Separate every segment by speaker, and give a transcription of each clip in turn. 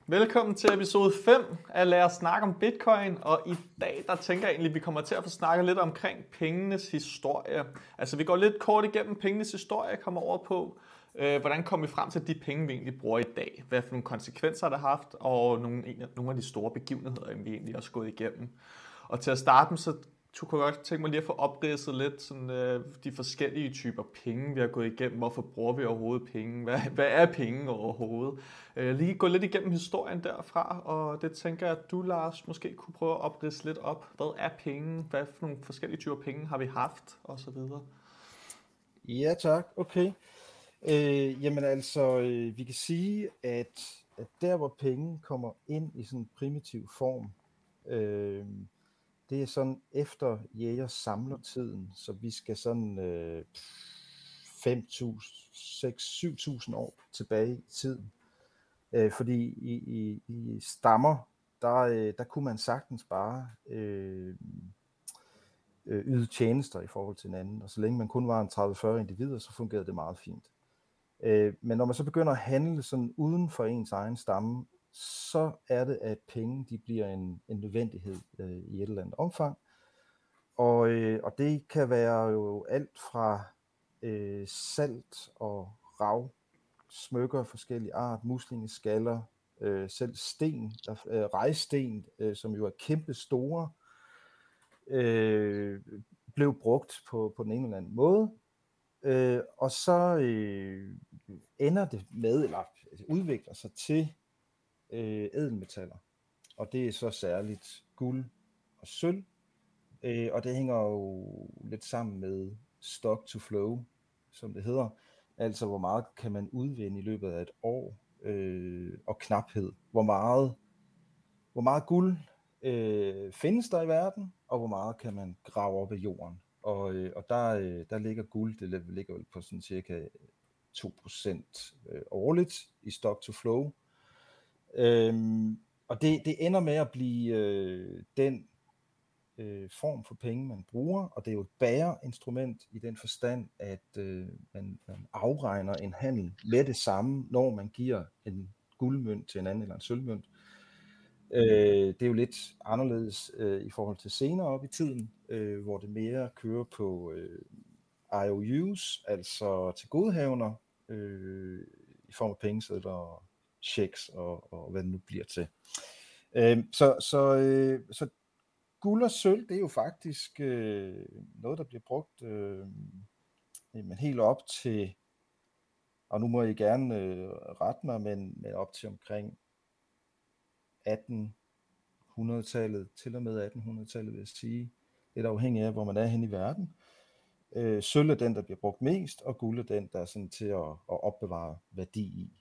Speaker 1: Velkommen til episode 5 af Lad os snakke om Bitcoin, og i dag der tænker jeg egentlig, at vi kommer til at få snakket lidt omkring pengenes historie. Altså vi går lidt kort igennem pengenes historie, kommer over på, hvordan kom vi frem til de penge, vi egentlig bruger i dag? Hvad for nogle konsekvenser det har haft, og nogle af de store begivenheder, vi egentlig også gået igennem. Og til at starte med, så kunne jeg godt tænke mig lige at få opridset lidt sådan, de forskellige typer penge, vi har gået igennem. Hvorfor bruger vi overhovedet penge? Hvad er penge overhovedet? Lige gå lidt igennem historien derfra, og det tænker jeg, at du, Lars, måske kunne prøve at opridse lidt op. Hvad er penge? Hvad for nogle forskellige typer penge har vi haft? Og så videre.
Speaker 2: Ja tak, okay. Jamen altså, vi kan sige, at der hvor penge kommer ind i sådan en primitiv form, det er sådan efter jæger-samlertiden, så vi skal sådan 5.000, 6.000, 7.000 år tilbage i tiden. Fordi i stammer, der kunne man sagtens bare yde tjenester i forhold til hinanden, og så længe man kun var en 30-40 individer, så fungerede det meget fint. Men når man så begynder at handle sådan uden for ens egen stamme, så er det, at penge de bliver en nødvendighed i et eller andet omfang. Og det kan være jo alt fra salt og rav, smykker af forskellige art, muslingeskaller, selv sten, rejsten, som jo er kæmpe store, blev brugt på den ene eller anden måde. Og så ender det med, eller udvikler sig til ædelmetaller. Og det er så særligt guld og sølv. Og det hænger jo lidt sammen med stock to flow, som det hedder. Altså hvor meget kan man udvinde i løbet af et år, og knaphed. Hvor meget guld findes der i verden, og hvor meget kan man grave op af jorden. Og der ligger guld, det ligger vel på sådan cirka 2% årligt i stock to flow. Og det ender med at blive den form for penge, man bruger, og det er jo et bæreinstrument i den forstand, at man afregner en handel med det samme, når man giver en guldmønt til en anden eller en sølvmønt. Det er jo lidt anderledes i forhold til senere op i tiden, hvor det mere kører på IOUs, altså til godhavner, i form af pengesedler, checks og hvad det nu bliver til. Så guld og sølv, det er jo faktisk noget, der bliver brugt helt op til, og nu må I gerne rette mig, men op til omkring 1800-tallet, til og med 1800-tallet vil jeg sige, lidt afhængig af, hvor man er hen i verden. Sølv er den, der bliver brugt mest, og guld er den, der er sådan til at opbevare værdi i.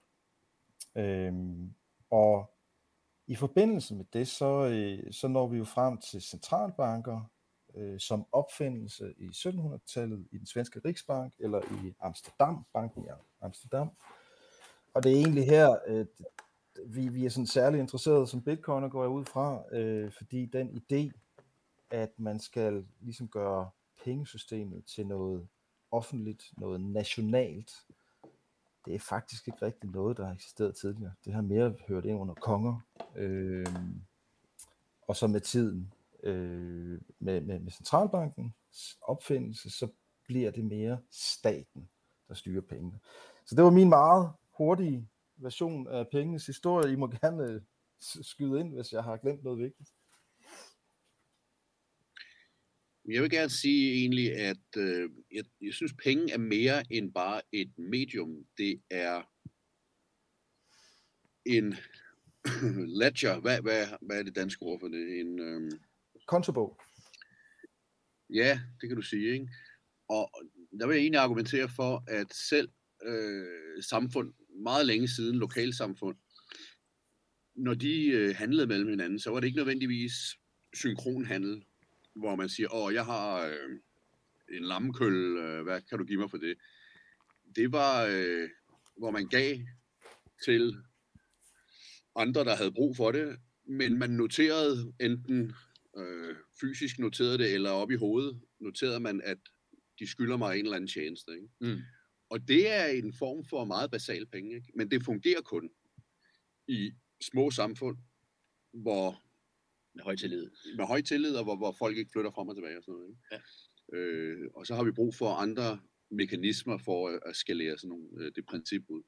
Speaker 2: Og i forbindelse med det, så når vi jo frem til centralbanker, som opfindelse i 1700-tallet i den svenske Riksbank, eller i Amsterdam, banken i Amsterdam. Og det er egentlig her, vi er sådan særlig interesserede som bitcoiner, går jeg ud fra, fordi den idé, at man skal ligesom gøre pengesystemet til noget offentligt, noget nationalt, det er faktisk ikke rigtig noget, der har eksisteret tidligere. Det har mere hørt ind under konger, og så med tiden, med centralbankens opfindelse, så bliver det mere staten, der styrer pengene. Så det var min meget hurtige version af pengenes historie. I må gerne skyde ind, hvis jeg har glemt noget vigtigt.
Speaker 3: Jeg vil gerne sige egentlig, at jeg synes, penge er mere end bare et medium. Det er en ledger. Hvad er det danske ord for det? En
Speaker 2: kontobog.
Speaker 3: Ja, det kan du sige, ikke? Og der vil jeg egentlig argumentere for, at selv samfund, meget længe siden lokalsamfund, når de handlede mellem hinanden, så var det ikke nødvendigvis synkronhandel, hvor man siger, jeg har en lammekølle, hvad kan du give mig for det? Det var, hvor man gav til andre, der havde brug for det, men man noterede enten fysisk noterede det, eller op i hovedet noterede man, at de skylder mig en eller anden tjeneste. Ikke? Mm. Og det er en form for meget basal penge, ikke? Men det fungerer kun i små samfund, hvor
Speaker 4: med høj tillid,
Speaker 3: og hvor folk ikke flytter frem og tilbage og sådan noget. Ikke?
Speaker 4: Ja.
Speaker 3: Og så har vi brug for andre mekanismer for at skalere sådan nogle, det princip ud.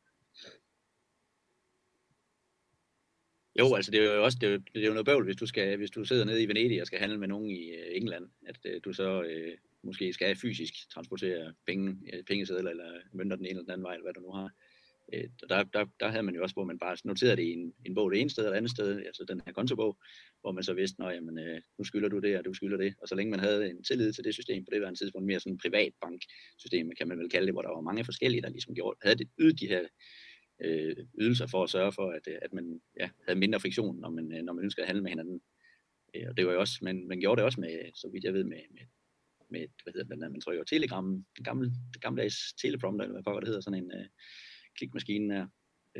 Speaker 4: Jo, altså det er jo også det er jo noget bøvl, hvis du sidder nede i Venedig og skal handle med nogen i England, at du så måske skal fysisk transportere pengesedler eller mønter den ene eller den anden vej, eller hvad du nu har. Der havde man jo også, hvor man bare noterede det i en bog det ene sted og det andet sted, altså den her kontobog, hvor man så vidste, nu skylder du det, og du skylder det. Og så længe man havde en tillid til det system, på det var en tidspunkt mere sådan en privat banksystem, kan man vel kalde det, hvor der var mange forskellige, der ligesom havde ydet de her ydelser for at sørge for, at man havde mindre friktion, når man ønskede at handle med hinanden. Og det var jo også, man gjorde det også med, så vidt jeg ved, med hvad hedder det, man trykker telegrammen, den gammeldags teleprompter, eller hvad pokker det hedder, sådan en klikmaskine der.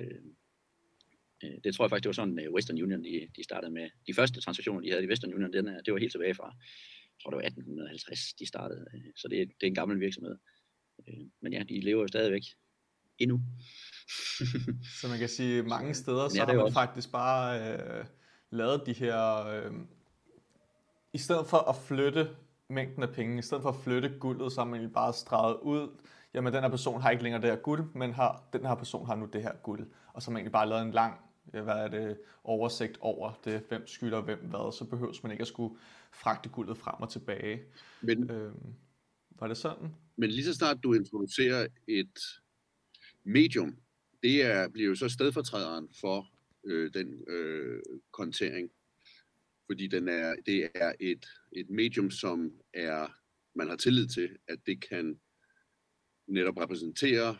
Speaker 4: Det tror jeg faktisk, det var sådan Western Union, de startede med. De første transaktioner, de havde i Western Union, det var helt tilbage fra, jeg tror det var 1850, de startede. Så det er en gammel virksomhed. Men ja, de lever jo stadigvæk endnu.
Speaker 1: Så man kan sige, mange steder, så har man faktisk bare lavet de her, i stedet for at flytte mængden af penge, i stedet for at flytte guldet, så har man bare streget ud, jamen den her person har ikke længere det her guld, men den her person har nu det her guld, og så har man egentlig bare lavet en lang oversigt over det, hvem skylder hvem hvad, så behøves man ikke at skulle fragte guldet frem og tilbage.
Speaker 3: Men,
Speaker 1: var det sådan?
Speaker 3: Men lige så snart du introducerer et medium, bliver jo så stedfortræderen for den kontering, fordi det er et medium, som man har tillid til, at det kan netop repræsentere,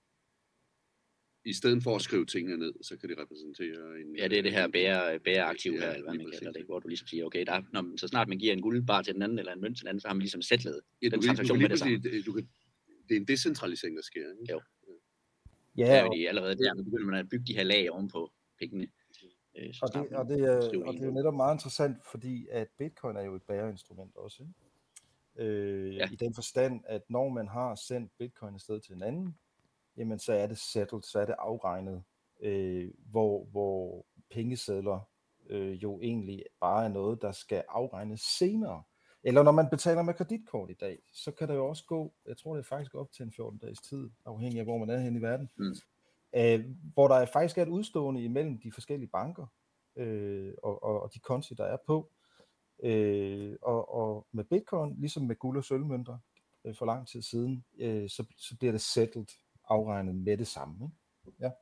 Speaker 3: i stedet for at skrive tingene ned, så kan det repræsentere en...
Speaker 4: Ja, det er det her bæreaktiv her, eller hvad man kalder det, hvor du ligesom siger, okay, så snart man giver en guldbar til den anden, eller en mønt til den anden, så har man ligesom sætlet den transaktion med det samme.
Speaker 3: Det er en decentralisering, der sker, ikke?
Speaker 4: Jo.
Speaker 2: Ja,
Speaker 4: og allerede der begynder man at bygge de her lag ovenpå pengene.
Speaker 2: Og det er jo netop meget interessant, fordi at Bitcoin er jo et bæreinstrument også. I den forstand, at når man har sendt Bitcoin afsted til en anden, jamen så er det settled, så er det afregnet, hvor pengesedler jo egentlig bare er noget, der skal afregnes senere. Eller når man betaler med kreditkort i dag, så kan det jo også gå, jeg tror det er faktisk op til en 14 dages tid, afhængig af hvor man er henne i verden, hvor der faktisk er et udstående imellem de forskellige banker og de konti, der er på. Og med Bitcoin, ligesom med guld- og sølvmønter for lang tid siden, så bliver det settled, afregnet med det samme. Ikke?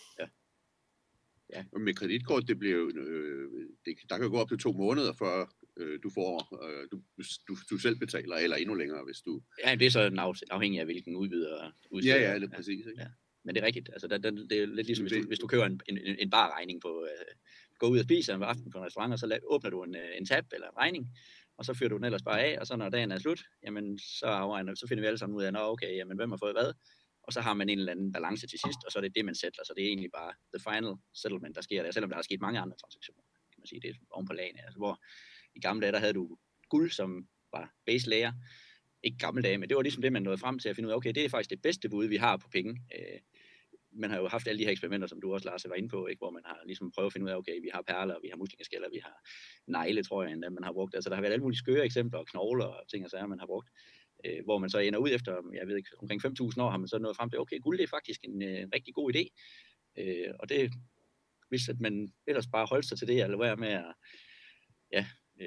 Speaker 4: Ja.
Speaker 3: Og med kreditkort, det bliver jo, der kan gå op til 2 måneder, før du får, du selv betaler, eller endnu længere, hvis du...
Speaker 4: Ja, det er så afhængig af, hvilken udbyder
Speaker 3: udsteder. Ja, det er præcis. Ikke?
Speaker 4: Ja. Men det er rigtigt. Altså, det er lidt ligesom, hvis du køber en barregning på... gå ud og spise en aften på en restaurant, og så åbner du en tab eller en regning, og så fyrer du den ellers bare af, og så når dagen er slut, jamen så finder vi alle sammen ud af, okay, jamen hvem har fået hvad, og så har man en eller anden balance til sidst, og så er det man sætter, så det er egentlig bare the final settlement, der sker der, selvom der er sket mange andre transaktioner, kan man sige, det er oven på lagene, altså hvor i gamle dage, der havde du guld, som var base layer, ikke gamle dage, men det var ligesom det, man nåede frem til at finde ud af, okay, det er faktisk det bedste bud, vi har på penge. Man har jo haft alle de her eksperimenter, som du også, Lars, var inde på, ikke? Hvor man har ligesom prøvet at finde ud af, okay, vi har perler, vi har muslingeskaller, vi har negle, tror jeg endda, man har brugt. Altså der har været alle mulige skøre eksempler, og knogler og ting og sager, man har brugt. Hvor man så ender ud efter, jeg ved ikke, omkring 5.000 år, har man så nået frem til, okay, guld det er faktisk en rigtig god idé. Og det, hvis at man ellers bare holdt sig til det, eller være med at,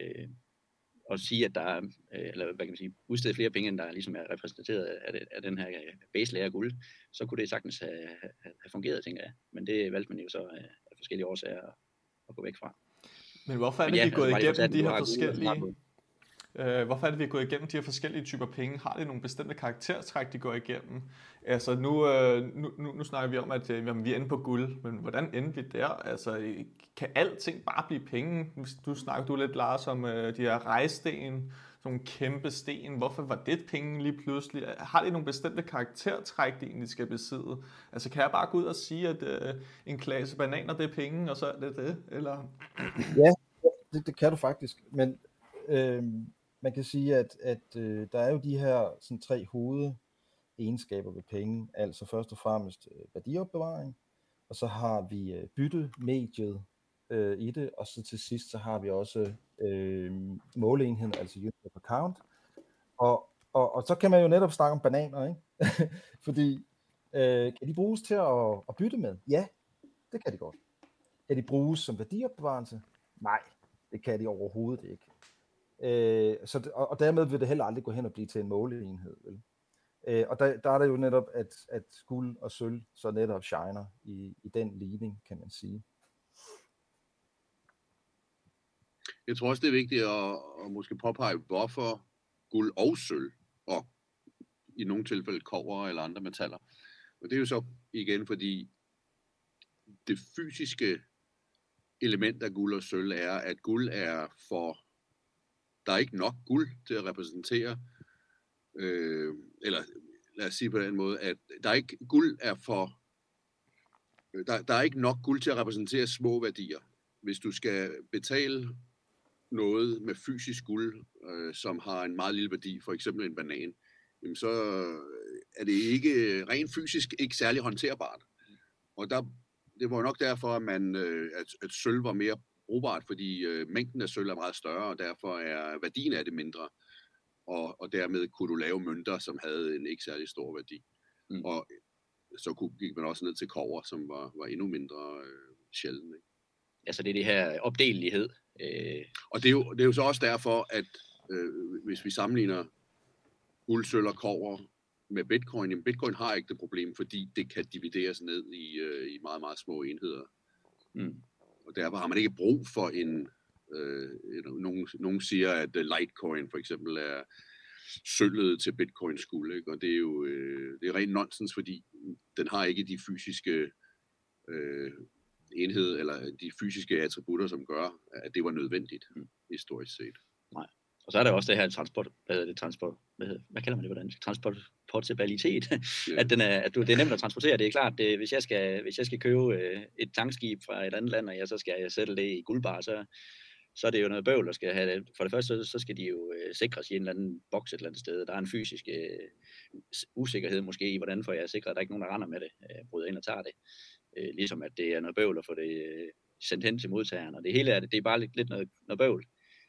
Speaker 4: og sige, at der er, eller hvad kan man sige, udstede flere penge, end der ligesom er repræsenteret af den her base layer guld, så kunne det sagtens have fungeret, tænker jeg. Men det valgte man jo så af forskellige årsager at gå væk fra.
Speaker 1: Men hvorfor er det, vi er gået igennem de her forskellige... Hvorfor er det, vi er gået igennem de her forskellige typer penge? Har det nogle bestemte karaktertræk, de går igennem? Altså nu snakker vi om, at vi er inde på guld, men hvordan ender vi der? Altså, kan alting bare blive penge? Du snakker lidt, Lars, om de her rejsten, sådan nogle kæmpe sten. Hvorfor var det penge lige pludselig? Har det nogle bestemte karaktertræk, de egentlig skal besidde? Altså, kan jeg bare gå ud og sige, at en klasse bananer, det er penge, og så er det det? Eller?
Speaker 2: Ja, det kan du faktisk, men... man kan sige, at der er jo de her sådan 3 hovedegenskaber ved penge, altså først og fremmest værdiopbevaring, og så har vi byttemediet i det, og så til sidst så har vi også måleenheden, altså unit of account, og så kan man jo netop snakke om bananer, ikke? Fordi kan de bruges til at bytte med? Ja, det kan de godt. Kan de bruges som værdiopbevarelse? Nej, det kan de overhovedet ikke. Og dermed vil det heller aldrig gå hen og blive til en måleenhed, vel? Og der er det jo netop, at guld og sølv så netop shiner i den ligning, kan man sige.
Speaker 3: Jeg tror også, det er vigtigt at måske påpege, hvorfor guld og sølv, og i nogle tilfælde kobber eller andre metaller. Og det er jo så igen, fordi det fysiske element af guld og sølv er, at guld er der er ikke nok guld til at repræsentere, eller lad os sige på den måde, at der er ikke nok guld til at repræsentere små værdier. Hvis du skal betale noget med fysisk guld, som har en meget lille værdi, for eksempel en banan, jamen så er det ikke rent fysisk ikke særlig håndterbart. Og det var jo nok derfor, at sølv var mere brugbart, fordi mængden af sølv er meget større, og derfor er værdien af det mindre. Og dermed kunne du lave mønter, som havde en ikke særlig stor værdi. Og så gik man også ned til kobber, som var endnu mindre sjælden. Ikke?
Speaker 4: Altså det er det her opdelelighed.
Speaker 3: Og det er jo så også derfor, at hvis vi sammenligner guld, sølv og kobber med bitcoin, jamen bitcoin har ikke det problem, fordi det kan divideres ned i meget, meget små enheder. Og derfor har man ikke brug for nogen siger, at Litecoin for eksempel er sølvet til bitcoins guld, ikke? Og det er jo det er rent nonsens, fordi den har ikke de fysiske enhed eller de fysiske attributter, som gør, at det var nødvendigt historisk set.
Speaker 4: Nej. Og så er der også det her hvad kalder man det på dansk? Transportabilitet. Ja. At det er nemt at transportere. Det er klart, hvis jeg skal købe et tankskib fra et andet land, og så skal jeg sætte det i guldbar, så er det jo noget bøvl, der skal have det. For det første, så skal de jo sikres i en eller anden boks et eller andet sted. Der er en fysisk usikkerhed måske i, hvordan får jeg sikret, at der ikke er nogen, der render med det, bryder ind og tager det. Ligesom at det er noget bøvl at få det sendt hen til modtageren. Og det hele det er bare lidt noget bøvl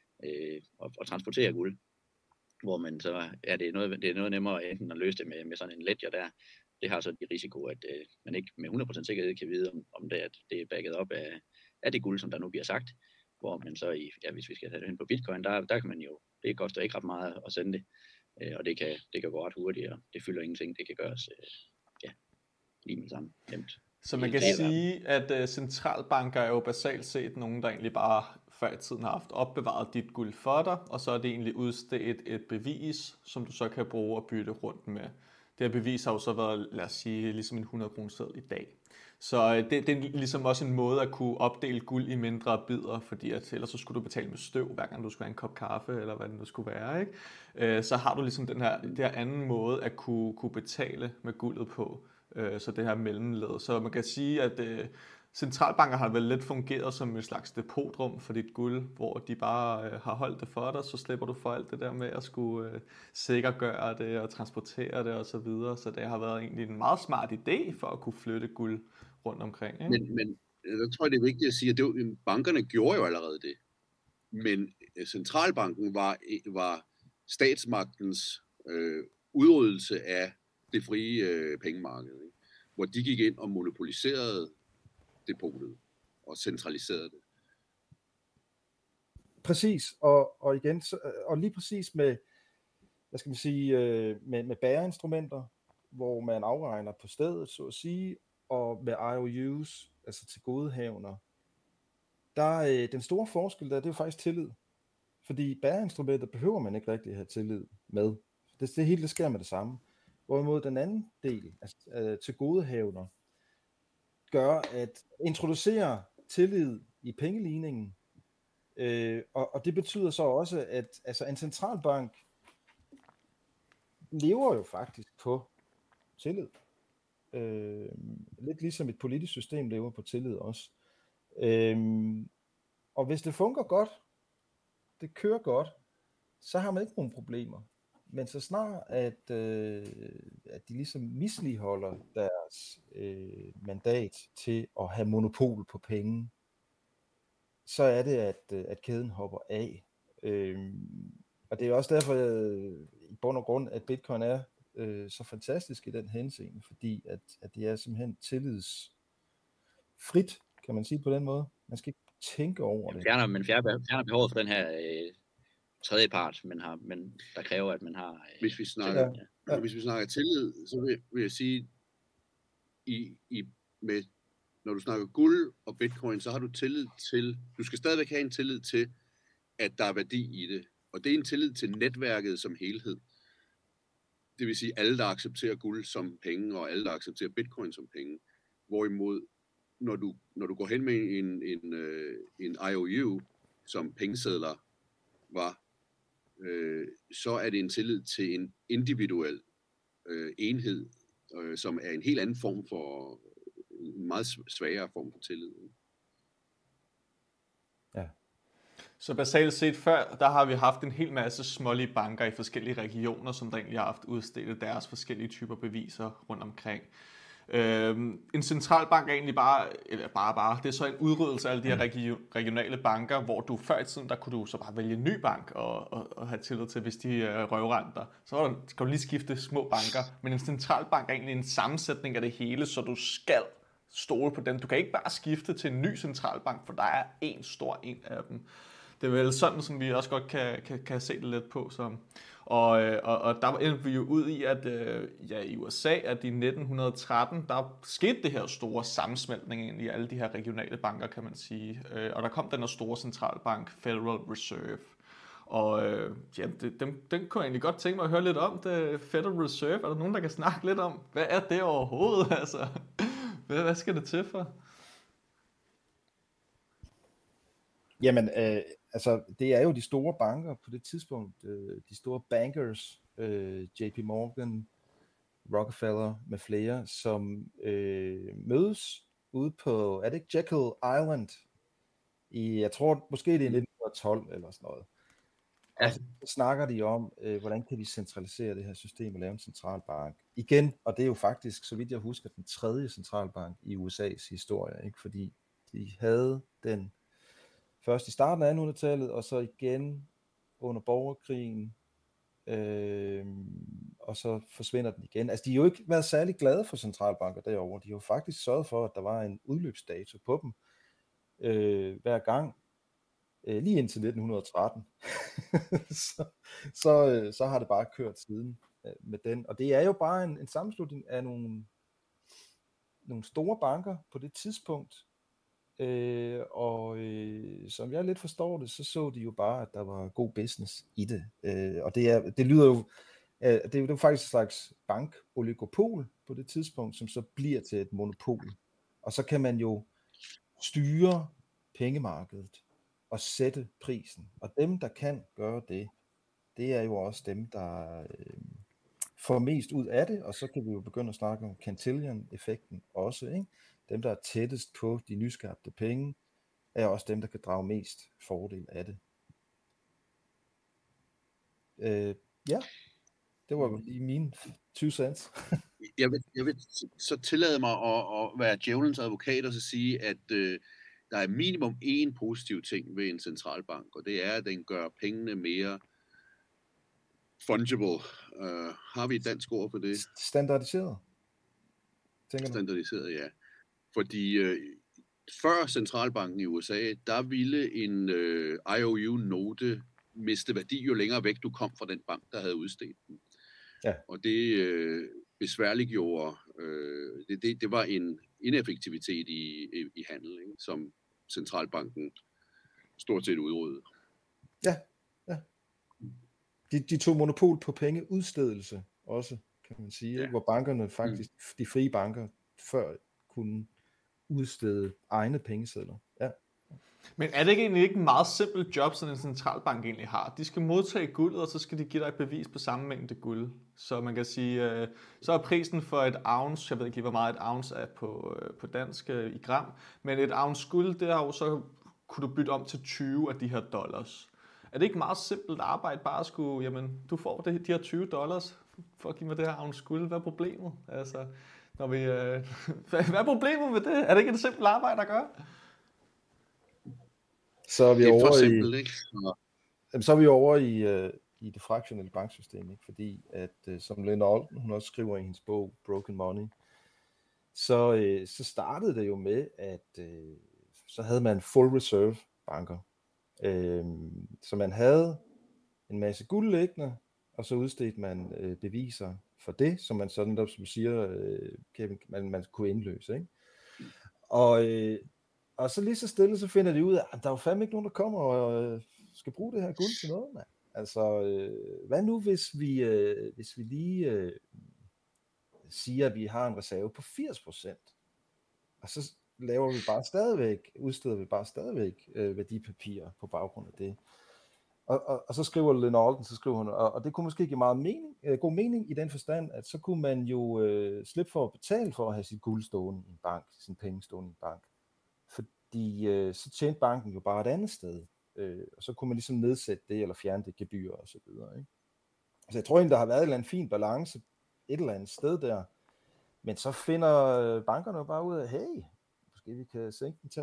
Speaker 4: at transportere guld. Hvor man så er det er noget nemmere enten at løse det med sådan en ledger der. Det har så de risiko, at man ikke med 100% sikkerhed kan vide, om det er backet op af det guld, som der nu bliver sagt. Hvor man så hvis vi skal have det hen på bitcoin, der kan man jo, det koster ikke ret meget at sende det, og det kan gå ret hurtigt, og det fylder ingenting, det kan gøres lige med sammen nemt.
Speaker 1: Så man kan sige, at centralbanker er jo basalt set nogen, der egentlig bare før i tiden har haft opbevaret dit guld for dig, og så er det egentlig udstedt et bevis, som du så kan bruge og bytte rundt med. Det her bevis har jo så været, lad os sige, ligesom en 100 kroner seddel i dag. Så det er ligesom også en måde at kunne opdele guld i mindre bidder, fordi ellers så skulle du betale med støv, hver gang du skulle have en kop kaffe, eller hvad det nu skulle være, ikke? Så har du ligesom det her anden måde at kunne betale med guldet på, så det her mellemled. Så man kan sige, at centralbanker har vel lidt fungeret som et slags depotrum for dit guld, hvor de bare har holdt det for dig, så slipper du for alt det der med at skulle sikkergøre det og transportere det osv. Så det har været egentlig en meget smart idé for at kunne flytte guld rundt omkring. Ikke?
Speaker 3: Men der tror jeg, det er vigtigt at sige, at bankerne gjorde jo allerede det. Men centralbanken var statsmagtens udryddelse af det frie pengemarked, ikke? Hvor de gik ind og monopoliserede depotet og centraliserede det.
Speaker 2: Præcis, og igen, og lige præcis med, hvad skal man sige, med bæreinstrumenter, hvor man afregner på stedet, så at sige, og med IOUs, altså til godehavner, der den store forskel der, det er jo faktisk tillid. Fordi bæreinstrumenter behøver man ikke rigtig at have tillid med. Det hele det sker med det samme. Hvorimod den anden del, altså til godehavner, gør at introducere tillid i pengeligningen. Og det betyder så også, at altså en centralbank lever jo faktisk på tillid. Lidt ligesom et politisk system lever på tillid også. Og hvis det fungerer godt, det kører godt, så har man ikke nogen problemer Men så snart, at de ligesom misligeholder deres mandat til at have monopol på penge, så er det, at kæden hopper af. Og det er også derfor, i bund og grund, at Bitcoin er så fantastisk i den henseende, fordi at det er simpelthen tillidsfrit, kan man sige på den måde. Man skal ikke tænke over det.
Speaker 4: Man fjerner behovet for den her tredje part, men der kræver, at man har...
Speaker 3: Hvis vi snakker tillid, så vil jeg sige, når du snakker guld og bitcoin, så har du tillid til, du skal stadigvæk have en tillid til, at der er værdi i det. Og det er en tillid til netværket som helhed. Det vil sige alle, der accepterer guld som penge, og alle, der accepterer bitcoin som penge. Hvorimod, når du går hen med en IOU, som pengesedler var, så er det en tillid til en individuel enhed, som er en helt anden form for, en meget svagere form for tillid.
Speaker 2: Ja.
Speaker 1: Så basalt set før, der har vi haft en hel masse smålige banker i forskellige regioner, som der egentlig har haft udstedt deres forskellige typer beviser rundt omkring. En centralbank er egentlig bare, det er så en udryddelse af alle de her regionale banker, hvor du før i tiden, der kunne du så bare vælge en ny bank og have tillid til, hvis de røvrenter. Så kan du lige skifte små banker, men en centralbank er egentlig en sammensætning af det hele, så du skal stole på dem. Du kan ikke bare skifte til en ny centralbank, for der er en stor en af dem. Det er vel sådan, som vi også godt kan se det lidt på. Så. Og der endte vi jo ud i, at i USA, at i 1913, der skete det her store sammensmeltning egentlig i alle de her regionale banker, kan man sige. Og der kom den her store centralbank, Federal Reserve. Og den kunne jeg egentlig godt tænke mig at høre lidt om, det Federal Reserve. Er der nogen, der kan snakke lidt om, hvad er det overhovedet? Altså, hvad skal det til for?
Speaker 2: Jamen, altså, det er jo de store banker på det tidspunkt, de store bankers, JP Morgan, Rockefeller med flere, som mødes ude på, er det ikke Jekyll Island, jeg tror måske det er 1912 eller sådan noget. Ja. Og så snakker de om, hvordan kan vi centralisere det her system og lave en centralbank. Igen, og det er jo faktisk, så vidt jeg husker, den tredje centralbank i USA's historie, ikke? Fordi de havde den først i starten af 1800-tallet, og så igen under borgerkrigen, og så forsvinder den igen. Altså, de har jo ikke været særlig glade for centralbanker derovre. De har jo faktisk sørget for, at der var en udløbsdato på dem hver gang, lige indtil 1913. så har det bare kørt siden med den. Og det er jo bare en sammenslutning af nogle store banker på det tidspunkt, som jeg lidt forstår det, så de jo bare, at der var god business i det. Og det lyder jo, det er jo faktisk et slags bankoligopol på det tidspunkt, som så bliver til et monopol. Og så kan man jo styre pengemarkedet og sætte prisen. Og dem, der kan gøre det er jo også dem, der får mest ud af det, og så kan vi jo begynde at snakke om Cantillon-effekten også, ikke? Dem, der er tættest på de nyskabte penge, er også dem, der kan drage mest fordel af det. Ja, det var i mine 20 cents.
Speaker 3: jeg vil så tillade mig at være djævelens advokat og så sige, at der er minimum én positiv ting ved en centralbank, og det er, at den gør pengene mere fungible. Har vi et dansk ord for det?
Speaker 2: Standardiseret.
Speaker 3: Standardiseret, ja. Fordi før centralbanken i USA, der ville en IOU-note miste værdi, jo længere væk du kom fra den bank, der havde udstedt den.
Speaker 2: Ja.
Speaker 3: Og det besværliggjorde, det var en ineffektivitet i handel, ikke? Som centralbanken stort set udryddede.
Speaker 2: Ja. De tog monopol på pengeudstedelse også, kan man sige, ja. Hvor bankerne faktisk, de frie banker, før kunne udstede egne pengesedler. Ja.
Speaker 1: Men er det egentlig ikke en meget simpel job, som en centralbank egentlig har? De skal modtage guldet, og så skal de give dig et bevis på samme mængde guld. Så man kan sige, så er prisen for et ounce, jeg ved ikke, hvor meget et ounce er på dansk i gram, men et ounce guld, det er jo så, kunne du bytte om til 20 af de her dollars. Er det ikke meget simpelt arbejde bare at skulle, jamen, du får de her $20 for at give mig det her ounce guld. Hvad er problemet? Altså, når vi, hvad er problemet med det? Er det ikke et simpelt arbejde at gøre?
Speaker 2: Så er vi
Speaker 3: Det er
Speaker 2: over
Speaker 3: for
Speaker 2: i,
Speaker 3: simpelt, ikke?
Speaker 2: så er vi over i det fraktionelle banksystem, ikke? Fordi at som Lena Olden, hun også skriver i hendes bog Broken Money, så startede det jo med, at så havde man full reserve banker. Så man havde en masse guld liggende, og så udstedte man beviser for det, som man sådan der, som siger, Kevin, man kunne indløse, ikke? Og så lige så stille, så finder de ud af, at der er jo fandme ikke nogen, der kommer og skal bruge det her guld til noget, man. Altså, hvad nu, hvis vi lige siger, at vi har en reserve på 80%, og så udsteder vi bare stadigvæk værdipapirer på baggrund af det. Og så skriver Lena Olden, så skriver hun, og det kunne måske give meget god mening i den forstand, at så kunne man jo slippe for at betale for at have sit guld stående i en bank, sin penge stående i en bank. Fordi så tjente banken jo bare et andet sted, og så kunne man ligesom nedsætte det, eller fjerne det gebyr og så videre, ikke? Så jeg tror egentlig, der har været en eller anden fin balance et eller andet sted der, men så finder bankerne jo bare ud af, hey, måske vi kan sænke den til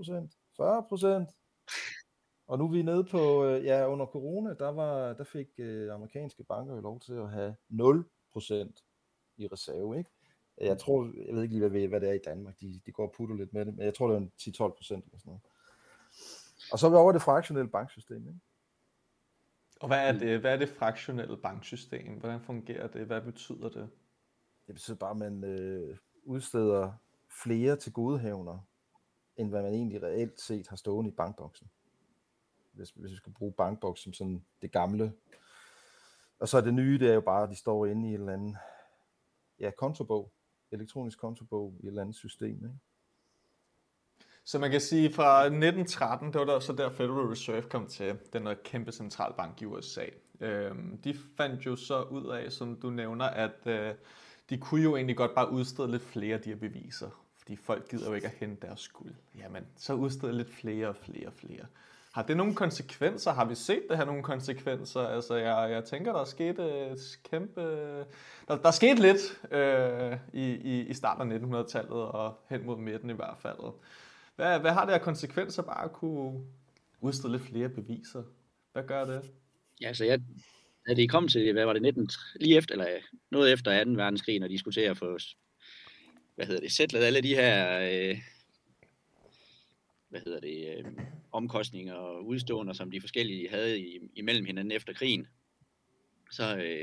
Speaker 2: 50%, 40%, og nu er vi nede på, under corona, der fik amerikanske banker jo lov til at have 0% i reserve, ikke? Jeg ved ikke lige, hvad det er i Danmark, de går og putter lidt med det, men jeg tror, det er en 10-12% eller sådan noget. Og så er vi over det fraktionelle banksystem, ikke?
Speaker 1: Og hvad er det fraktionelle banksystem? Hvordan fungerer det? Hvad betyder det?
Speaker 2: Det betyder bare, at man udsteder flere tilgodehavender, end hvad man egentlig reelt set har stående i bankboksen. Hvis vi skal bruge bankboks som sådan det gamle. Og så er det nye, det er jo bare, at de står inde i et eller andet kontobog, elektronisk kontobog i et eller andet system, ikke?
Speaker 1: Så man kan sige, fra 1913, det var der så der Federal Reserve kom til, den der kæmpe centralbank i USA. De fandt jo så ud af, som du nævner, at de kunne jo egentlig godt bare udstede lidt flere af de her beviser, fordi folk gider jo ikke at hente deres guld. Jamen, så udstede lidt flere. Har det nogle konsekvenser? Har vi set det her nogle konsekvenser? Altså, jeg tænker, der er sket et kæmpe... Der skete lidt i starten af 1900-tallet og hen mod midten i hvert fald. Hvad har det her konsekvenser bare at kunne udstede lidt flere beviser? Hvad gør det?
Speaker 4: Ja, så da det kom til, hvad var det, lige efter, eller noget efter 2. verdenskrig, når de skulle til at få, sætlet alle de her, omkostninger og udståender, som de forskellige havde imellem hinanden efter krigen, så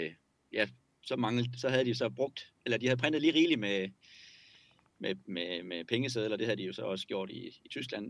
Speaker 4: havde de så brugt, eller de havde printet lige rigeligt med pengesedler. Det havde de jo så også gjort i Tyskland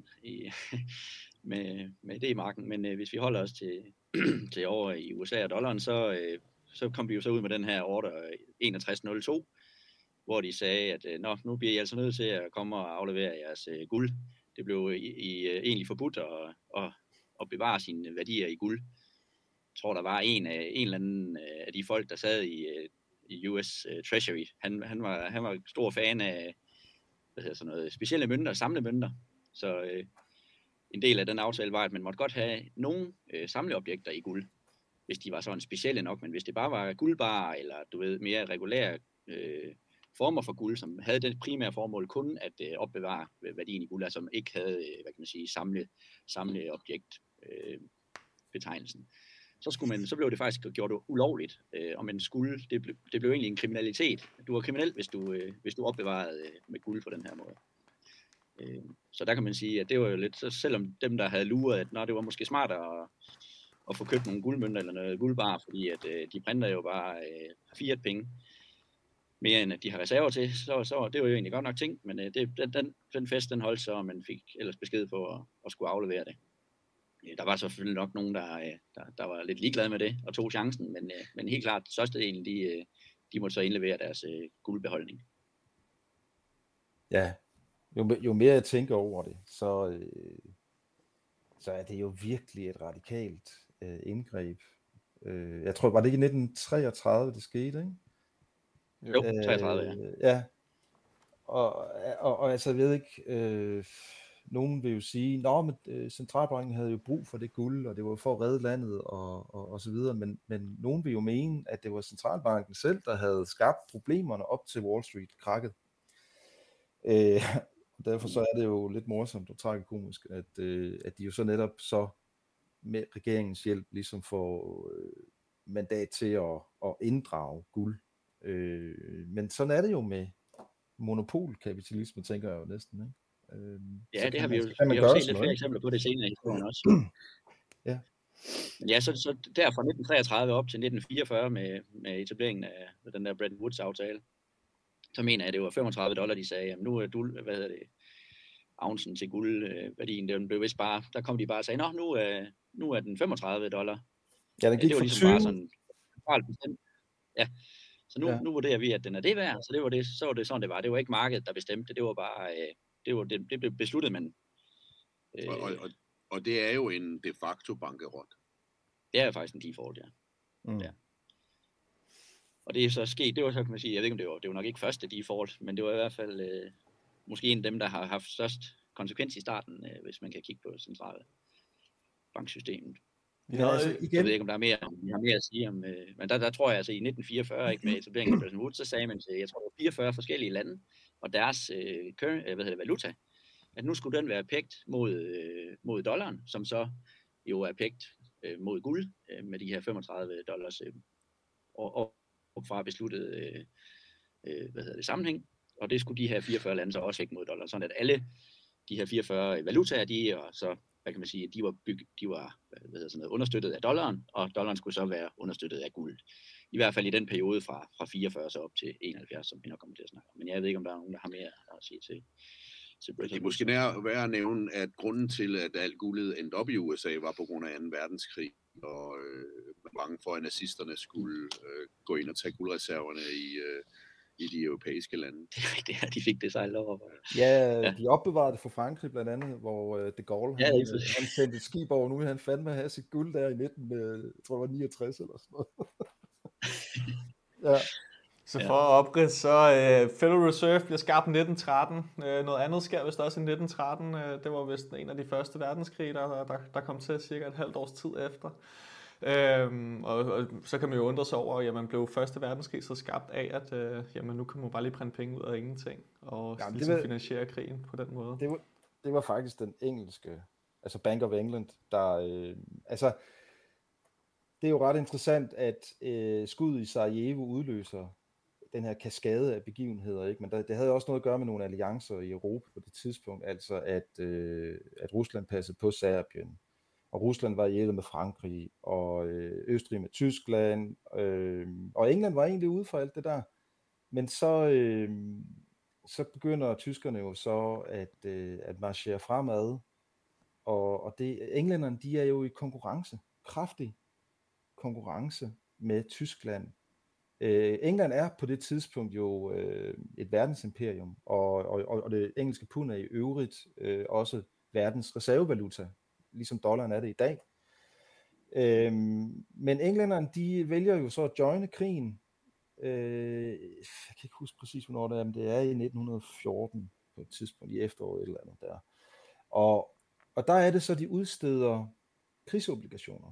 Speaker 4: med D-marken, men hvis vi holder os til over i USA og dollaren, så kom vi jo så ud med den her ordre 6102, hvor de sagde, at nu bliver I altså nødt til at komme og aflevere jeres guld. Det blev egentlig forbudt at bevare sine værdier i guld. Jeg tror, der var en eller anden af de folk, der sad i US Treasury. Han var stor fan af sådan noget specielle mønter, samlemønter. Så en del af den aftale var, at man måtte godt have nogle samleobjekter i guld, hvis de var sådan specielle nok, men hvis det bare var guldbarer, eller mere regulære former for guld, som havde det primære formål kun at opbevare værdien i guld, altså som ikke havde, samleobjekt betegnelsen. Så blev det faktisk gjort ulovligt, og man skulle, det blev egentlig en kriminalitet. Du var kriminel, hvis du opbevarede med guld på den her måde. Så der kan man sige, at det var jo lidt, så selvom dem, der havde luret, at det var måske smart at få købt nogle guldmønter eller noget guldbar, fordi at de printer jo bare fiat penge, mere end at de har reserver til, så det var jo egentlig godt nok ting, men den fest, den holdt så, og man fik ellers besked på at skulle aflevere det. Der var selvfølgelig nok nogen, der var lidt ligeglade med det, og tog chancen, men helt klart, størstedelen, de måtte så indlevere deres guldbeholdning.
Speaker 2: Ja, jo mere jeg tænker over det, så er det jo virkelig et radikalt indgreb. Jeg tror, var det ikke i 1933, det skete, ikke?
Speaker 4: Jo, 33, ja.
Speaker 2: Ja, og altså, jeg ved ikke, Nogen vil jo sige, at centralbanken havde jo brug for det guld, og det var for at redde landet og så videre, men nogen vil jo mene, at det var centralbanken selv, der havde skabt problemerne op til Wall Street-krakket. Derfor så er det jo lidt morsomt og tragikomisk, at de jo så netop så med regeringens hjælp ligesom får mandat til at inddrage guld. Men sådan er det jo med monopolkapitalisme, tænker jeg jo næsten, ikke?
Speaker 4: Ja, det har vi jo set lidt flere eksempler på det senere i historien også.
Speaker 2: Ja.
Speaker 4: Ja, så der fra 1933 op til 1944 med etableringen af den der Bretton Woods-aftale, så mener jeg, at det var $35, de sagde, jamen nu er ounsen til guldværdien, det blev vist bare, der kom de bare og sagde, nu er den $35.
Speaker 2: Ja, den gik
Speaker 4: det var
Speaker 2: fra
Speaker 4: ligesom
Speaker 2: 20.
Speaker 4: bare sådan centralt bestemt. Ja, så nu vurderer vi, at den er det værd, så var det sådan, det var. Det var ikke markedet, der bestemte, det var bare, det blev besluttet, men...
Speaker 3: Og det er jo en de facto bankerot.
Speaker 4: Det er jo faktisk en default, ja. Ja. Og det er så sket, det var så, kan man sige, jeg ved ikke, om det var nok ikke første default, men det var i hvert fald måske en af dem, der har haft størst konsekvens i starten, hvis man kan kigge på centralbanksystemet.
Speaker 2: Ja, altså igen.
Speaker 4: Jeg ved ikke, om der er mere at sige om, men der tror jeg altså i 1944, ikke med etableringen af Bretton Woods, så sagde man til, jeg tror, der var 44 forskellige lande, og deres valuta, at nu skulle den være pægt mod dollaren, som så jo er pægt mod guld med de her $35 og fra besluttet sammenhæng, og det skulle de her 44 lande så også hægte mod dollar, sådan at alle de her 44 valutaer, og så, hvad kan man sige, de var understøttet af dollaren, og dollaren skulle så være understøttet af guld. I hvert fald i den periode fra 44 så op til 71, som vi nok kommer til at snakke om. Men jeg ved ikke, om der er nogen, der har mere at sige til Bretton Woods.
Speaker 3: Det er måske værd at nævne, at grunden til, at alt guldet endte op i USA, var på grund af 2. verdenskrig, og bange for, at nazisterne skulle gå ind og tage guldreserverne i de europæiske lande.
Speaker 4: Det er rigtigt, ja, de fik det sejlet over.
Speaker 2: Ja, de opbevarede det for Frankrig blandt andet, hvor de Gaulle, han sendte et skib over, nu vil han fandme have sit guld der i 1969 eller sådan noget. Ja.
Speaker 1: Så for at opridse, så Federal Reserve bliver skabt i 1913. Noget andet sker vist også i 1913. Det var vist en af de første verdenskrige, der kom til cirka et halvt års tid efter. Og så kan man jo undre sig over, at jamen, blev første verdenskrig så skabt af, at jamen, nu kan man bare lige printe penge ud af ingenting og ligesom finansiere krigen på den måde.
Speaker 2: Det var faktisk den engelske, altså Bank of England, der... det er jo ret interessant, at skuddet i Sarajevo udløser den her kaskade af begivenheder, ikke? Men det havde også noget at gøre med nogle alliancer i Europa på det tidspunkt, altså at Rusland passede på Serbien, og Rusland var hjælpet med Frankrig, og Østrig med Tyskland, og England var egentlig ude for alt det der. Men så begynder tyskerne jo så at marchere fremad, og englænderne, de er jo i kraftig konkurrence med Tyskland. England er på det tidspunkt jo et verdensimperium, og det engelske pund er i øvrigt også verdens reservevaluta, ligesom dollaren er det i dag. Men englænderne, de vælger jo så at joine krigen. Jeg kan ikke huske præcis, hvornår det er, men det er i 1914 på et tidspunkt, i efteråret eller andet der. Og der er det så, de udsteder krigsobligationer.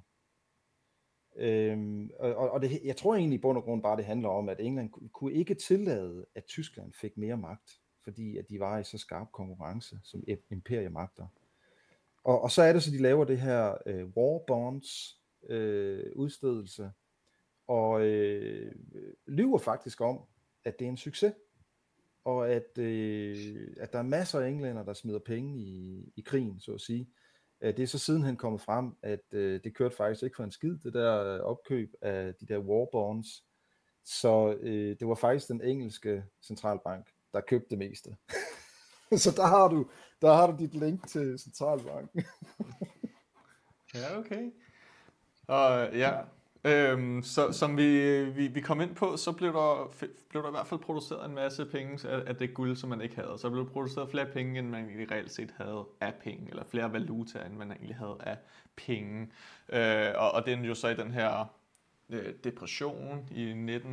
Speaker 2: Jeg tror egentlig i bund og grund bare, det handler om, at England kunne ikke tillade, at Tyskland fik mere magt, fordi at de var i så skarp konkurrence som imperiemagter. Og så er det så, de laver det her war bonds udstedelse, og lyver faktisk om, at det er en succes, og at der er masser af englænder, der smider penge i krigen, så at sige. Det er så sidenhen kommet frem, at det kørte faktisk ikke for en skid, det der opkøb af de der war bonds. Så det var faktisk den engelske centralbank, der købte det meste. Så der har du dit link til centralbanken.
Speaker 1: Ja, okay. Og ja, så som vi kom ind på, så blev der i hvert fald produceret en masse penge af det guld, som man ikke havde. Så blev der produceret flere penge, end man egentlig reelt set havde af penge, eller flere valutaer, end man egentlig havde af penge. Og det er jo så i den her depression i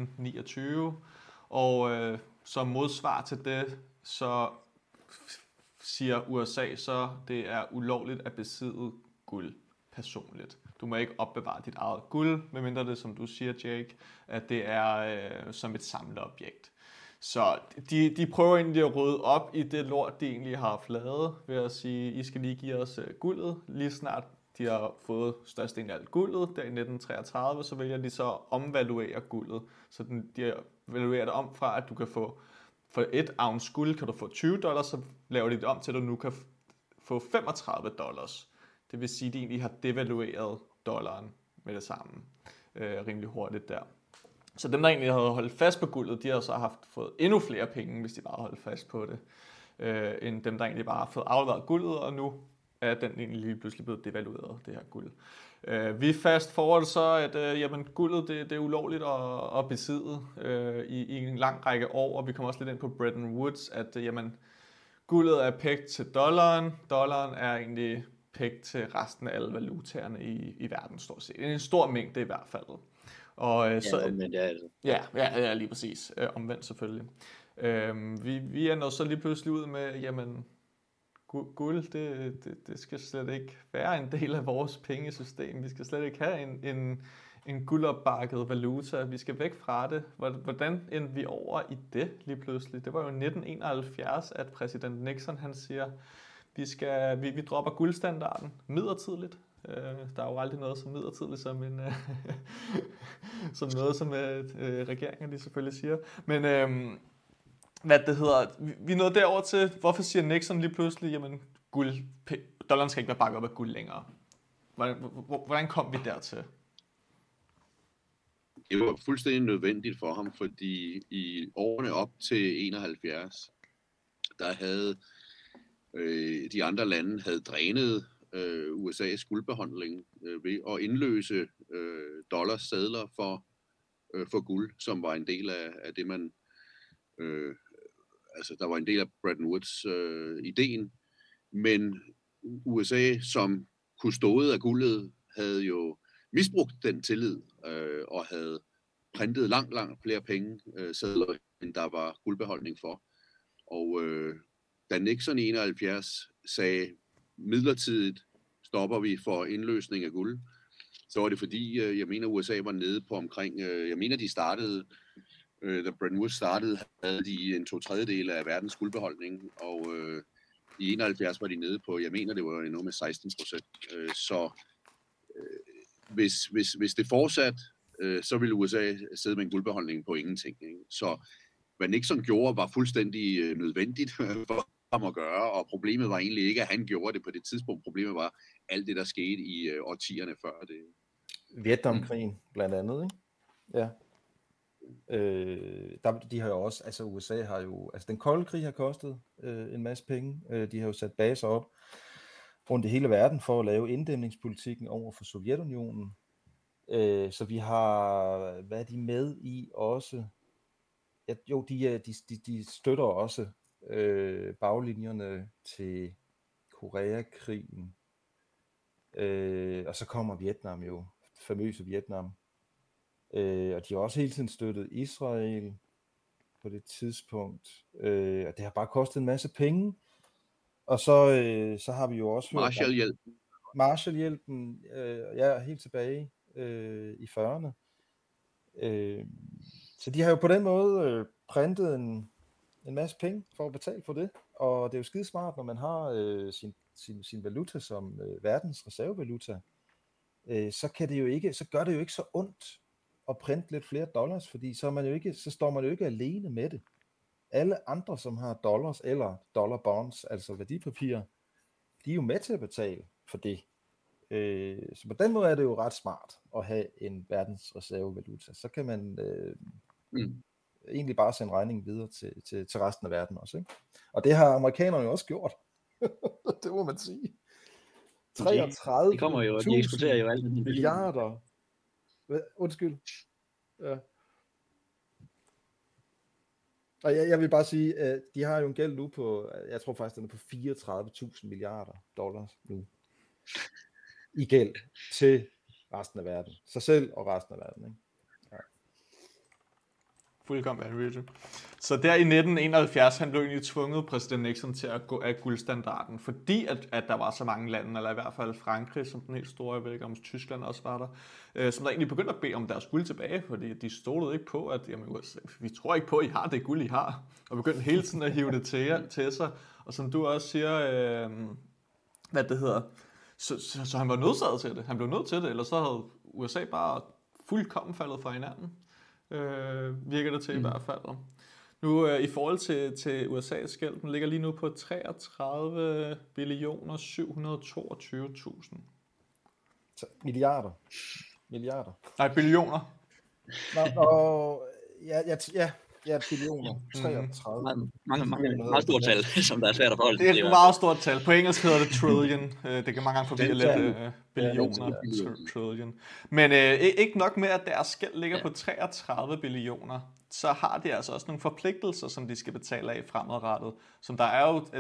Speaker 1: 1929, og som modsvar til det, så siger USA så, det er ulovligt at besidde guld personligt. Du må ikke opbevare dit eget guld, medmindre det, som du siger, Jake, at det er som et samleobjekt. Så de prøver egentlig at rydde op i det lort, de egentlig har haft lavet, ved at sige, I skal lige give os guldet. Lige snart de har fået størstedelen af alt guldet, der i 1933, så vælger de så at omvaluere guldet. Så de valuerer det om fra, at du kan få, for 1 ounce guld kan du få $20, så laver de det om til, at du nu kan få $35. Det vil sige, at de egentlig har devalueret dollaren med det samme rimelig hurtigt der. Så dem, der egentlig havde holdt fast på guldet, de har så fået endnu flere penge, hvis de bare holdt fast på det, end dem, der egentlig bare har fået afleveret guldet, og nu er den egentlig lige pludselig blevet devalueret, det her guld. Vi fast forward så, at jamen, guldet det er ulovligt at besidde i en lang række år, og vi kommer også lidt ind på Bretton Woods, at jamen, guldet er pægt til dollaren. Dollaren er egentlig pægt til resten af alle valutaerne i verden, stort set. En stor mængde i hvert fald. Og så,
Speaker 4: omvendt, ja, altså.
Speaker 1: Ja, lige præcis. Omvendt selvfølgelig. Vi ender så lige pludselig ud med, jamen, guld, det skal slet ikke være en del af vores pengesystem. Vi skal slet ikke have en guldopbakket valuta. Vi skal væk fra det. Hvordan endte vi over i det lige pludselig? Det var jo 1971, at præsident Nixon han siger, vi dropper guldstandarden midlertidigt. Der er jo aldrig noget så midlertidigt som som noget, som regeringen de selvfølgelig siger. Men vi nåede derover til, hvorfor siger Nixon lige pludselig, jamen dollaren skal ikke være bakket op af guld længere. Hvordan kom vi dertil?
Speaker 3: Det var fuldstændig nødvendigt for ham, fordi i årene op til 71, der havde de andre lande havde drænet USA's guldbehandling ved at indløse dollarsedler for guld, som var en del af det, man der var en del af Bretton Woods ideen. Men USA, som kustode af guldet, havde jo misbrugt den tillid og havde printet langt flere penge sedler, end der var guldbeholdning for. Og da Nixon i 71 sagde, midlertidigt stopper vi for indløsning af guld, så var det fordi, jeg mener, USA var nede på omkring, jeg mener, de startede, da Bretton Woods startede, havde de 2/3 af verdens guldbeholdning, og i 71 var de nede på, jeg mener, det var noget med 16%. Så hvis det fortsat, så ville USA sidde med en guldbeholdning på ingenting. Ikke? Så hvad Nixon gjorde, var fuldstændig nødvendigt for ham at gøre, og problemet var egentlig ikke, at han gjorde det på det tidspunkt. Problemet var alt det, der skete i årtierne før det.
Speaker 2: Vietnamkrigen blandt andet, ikke? Ja. De har jo også, altså USA har jo, altså den kolde krig har kostet en masse penge. De har jo sat baser op rundt i hele verden for at lave inddæmningspolitikken over for Sovjetunionen. Så vi har, hvad er de med i også? Ja, jo, de støtter også baglinjerne til Koreakrigen. Og så kommer Vietnam jo, famøse Vietnam. Og de har også hele tiden støttet Israel på det tidspunkt. Og det har bare kostet en masse penge. Og så har vi jo også Marshallhjælpen, ja, helt tilbage i 40'erne. Så de har jo på den måde printet en masse penge for at betale for det. Og det er jo skidesmart, når man har sin valuta som verdens reservevaluta. Så gør det jo ikke så ondt at printe lidt flere dollars, fordi så står man jo ikke alene med det. Alle andre, som har dollars eller dollar bonds, altså værdipapirer, de er jo med til at betale for det. Så på den måde er det jo ret smart at have en verdensreservevaluta. Så kan man egentlig bare sende regningen videre til resten af verden også. Ikke? Og det har amerikanerne jo også gjort. Det må man sige. 33
Speaker 4: de kommer jo, de eksporterer jo alt
Speaker 2: milliarder. Undskyld. Ja. Og jeg vil bare sige, at de har jo en gæld nu på, jeg tror faktisk, den er på 34.000 milliarder dollars nu. I gæld til resten af verden. Sig selv og resten af verden. Ikke? Ja.
Speaker 1: Fuldkommen vanvittigt. Så der i 1971, han blev egentlig tvunget præsident Nixon til at gå af guldstandarden, fordi at der var så mange lande, eller i hvert fald Frankrig, som den helt store, jeg ved ikke om Tyskland også var der, som der egentlig begyndte at bede om deres guld tilbage, fordi de stolede ikke på, at jamen, vi tror ikke på, at I har det guld, I har, og begyndte hele tiden at hive det til sig. Og som du også siger, hvad det hedder, så han var nødsaget til det. Han blev nødt til det, eller så havde USA bare fuldkommen faldet fra hinanden. Virker det til i hvert fald. Nu i forhold til USA's gæld, den ligger lige nu på 33 billioner 722.000.
Speaker 2: Milliarder.
Speaker 1: Nej, billioner.
Speaker 2: Ja, billioner. 33.
Speaker 4: Meget stort tal, som der er svært at forholde.
Speaker 1: Det er et meget stort tal. På engelsk hedder det trillion. Det kan mange gange forvirre lidt billioner. Trillion. Men ikke nok med, at deres gæld ligger på 33 billioner, så har de altså også nogle forpligtelser, som de skal betale af fremadrettet. Som der er jo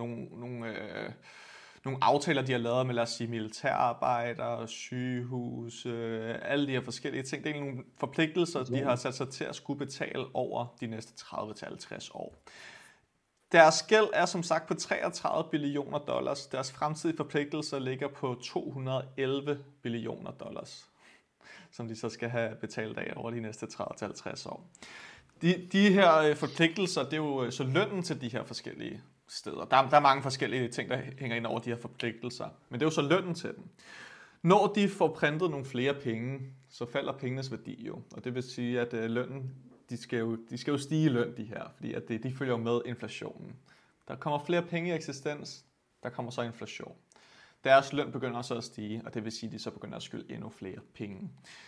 Speaker 1: nogle aftaler, de har lavet med, lad os sige, militærarbejdere, sygehus, alle de her forskellige ting. Det er nogle forpligtelser, de har sat sig til at skulle betale over de næste 30-50 år. Deres gæld er som sagt på 33 billioner dollars. Deres fremtidige forpligtelser ligger på 211 billioner dollars, som de så skal have betalt af over de næste 30-50 år. De her forpligtelser, det er jo så lønnen til de her forskellige steder. Der er mange forskellige ting, der hænger ind over de her forpligtelser, men det er jo så lønnen til dem. Når de får printet nogle flere penge, så falder pengenes værdi jo, og det vil sige, at lønnen, de skal jo stige i løn, de her, fordi at de følger med inflationen. Der kommer flere penge i eksistens, der kommer så inflation. Deres løn begynder så at stige, og det vil sige, at de så begynder at skylde endnu flere penge.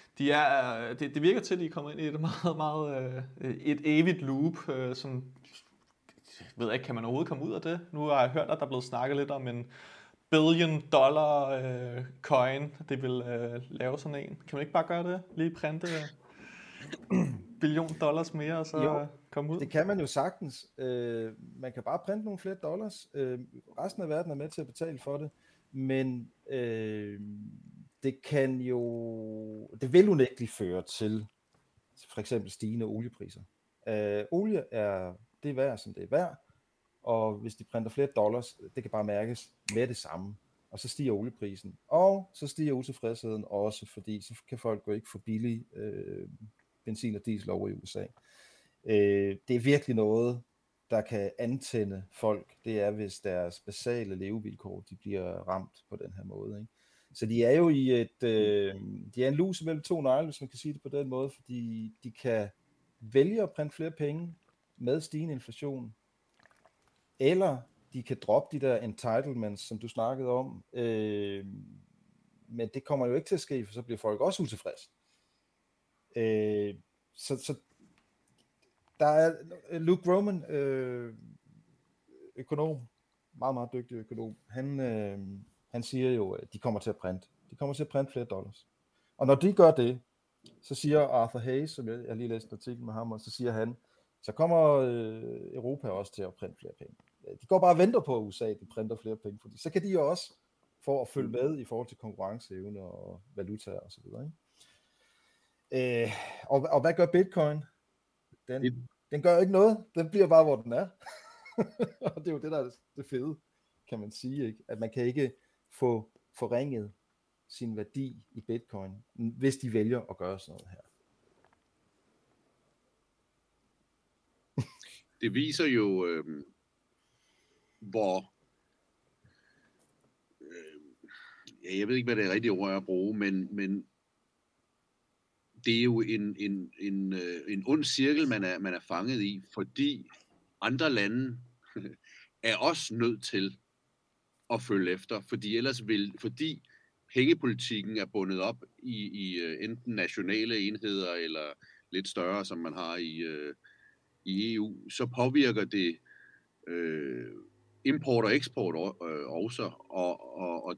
Speaker 1: Det virker til, at de er kommet ind i et meget et evigt loop, som jeg ved ikke, kan man overhovedet komme ud af det? Nu har jeg hørt, at der er blevet snakket lidt om en billion dollar coin, det vil lave sådan en. Kan man ikke bare gøre det? Lige printe billion dollars mere, og så komme ud?
Speaker 2: Det kan man jo sagtens. Man kan bare printe nogle flere dollars. Resten af verden er med til at betale for det. Men det vil unægteligt føre til for eksempel stigende oliepriser. Olie det er værd, som det er værd, og hvis de printer flere dollars, det kan bare mærkes med det samme, og så stiger olieprisen, og så stiger utilfredsheden også, fordi så kan folk jo ikke få billig benzin og diesel over i USA. Det er virkelig noget, der kan antænde folk, det er, hvis deres basale levevilkår, de bliver ramt på den her måde, ikke? Så de er jo i de er en lus mellem to negle, hvis man kan sige det på den måde, fordi de kan vælge at printe flere penge med stigende inflation, eller de kan droppe de der entitlements, som du snakkede om, men det kommer jo ikke til at ske, for så bliver folk også utilfredse. Så der er Luke Roman, økonom, meget, meget dygtig økonom, han siger jo, at de kommer til at printe flere dollars. Og når de gør det, så siger Arthur Hayes, som jeg lige læste en artikel med ham, og så siger han, så kommer Europa også til at printe flere penge. De går bare og venter på, at USA de printer flere penge, fordi så kan de jo også for at følge med i forhold til konkurrenceevne og valutaer og så videre. Ikke? Og hvad gør Bitcoin? Den gør ikke noget. Den bliver bare, hvor den er. Og det er jo det, der er det fede, kan man sige, ikke? At man kan ikke få forringet sin værdi i Bitcoin, hvis de vælger at gøre sådan noget her.
Speaker 3: Det viser jo, hvor jeg ved ikke, hvad det rigtige ord er at bruge, men det er jo en ond cirkel, man er fanget i, fordi andre lande er også nødt til at følge efter, fordi pengepolitikken er bundet op i enten nationale enheder eller lidt større, som man har i EU, så påvirker det import og eksport også, og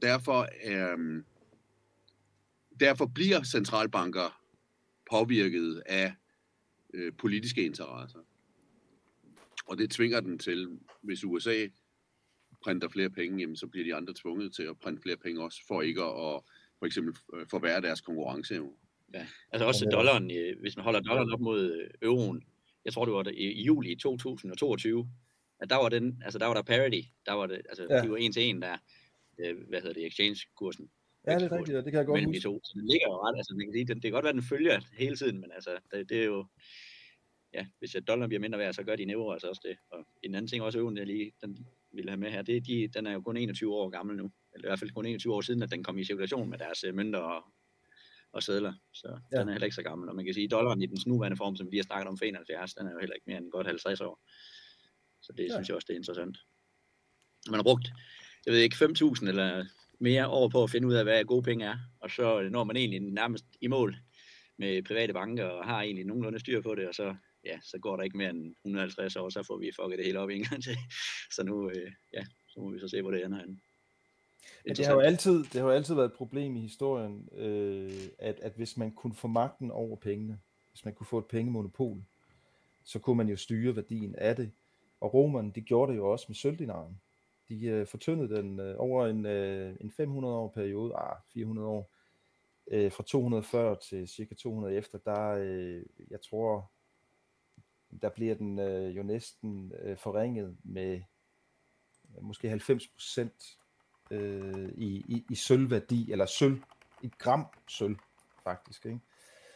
Speaker 3: derfor bliver centralbanker påvirket af politiske interesser. Og det tvinger den til, hvis USA printer flere penge, jamen, så bliver de andre tvunget til at printe flere penge også, for ikke at for eksempel forværre deres konkurrenceevne.
Speaker 4: Ja, altså også dollaren, hvis man holder dollaren op mod euroen, jeg tror det var i juli 2022, at der var der parity, der var det, altså de var en til en der, exchange-kursen.
Speaker 2: Ja, det er rigtigt, det kan jeg godt huske.
Speaker 4: De to. Så den ligger jo ret, altså man kan sige, det kan godt være, den følger hele tiden, men altså det er jo, ja, hvis dollaren bliver mindre værd, så gør de euro altså også det. Og en anden ting også, øven, jeg lige den ville have med her, den er jo kun 21 år gammel nu, eller i hvert fald kun 21 år siden, at den kom i cirkulation med deres mønter og sedler, så den er heller ikke så gammel. Og man kan sige, at dollaren i dens nuværende form, som vi har snakket om for 71, den er jo heller ikke mere end godt 50 år. Så det synes jeg også, det er interessant. Man har brugt, jeg ved ikke, 5.000 eller mere år på at finde ud af, hvad gode penge er, og så når man egentlig nærmest i mål med private banker, og har egentlig nogenlunde styr på det, og så går der ikke mere end 150 år, så får vi fucket det hele op en gang til. Så nu, så må vi så se, hvor det ender henne.
Speaker 2: Ja, det har jo altid været et problem i historien, at hvis man kunne få magten over pengene, hvis man kunne få et pengemonopol, så kunne man jo styre værdien af det. Og romerne, de gjorde det jo også med sølvdinaren. De fortyndede den over en 500 år periode, 400 år, fra 240 til cirka 200 efter, jeg tror, der bliver den jo næsten forringet med måske 90% i sølvværdi, eller sølv, et gram sølv, faktisk, ikke?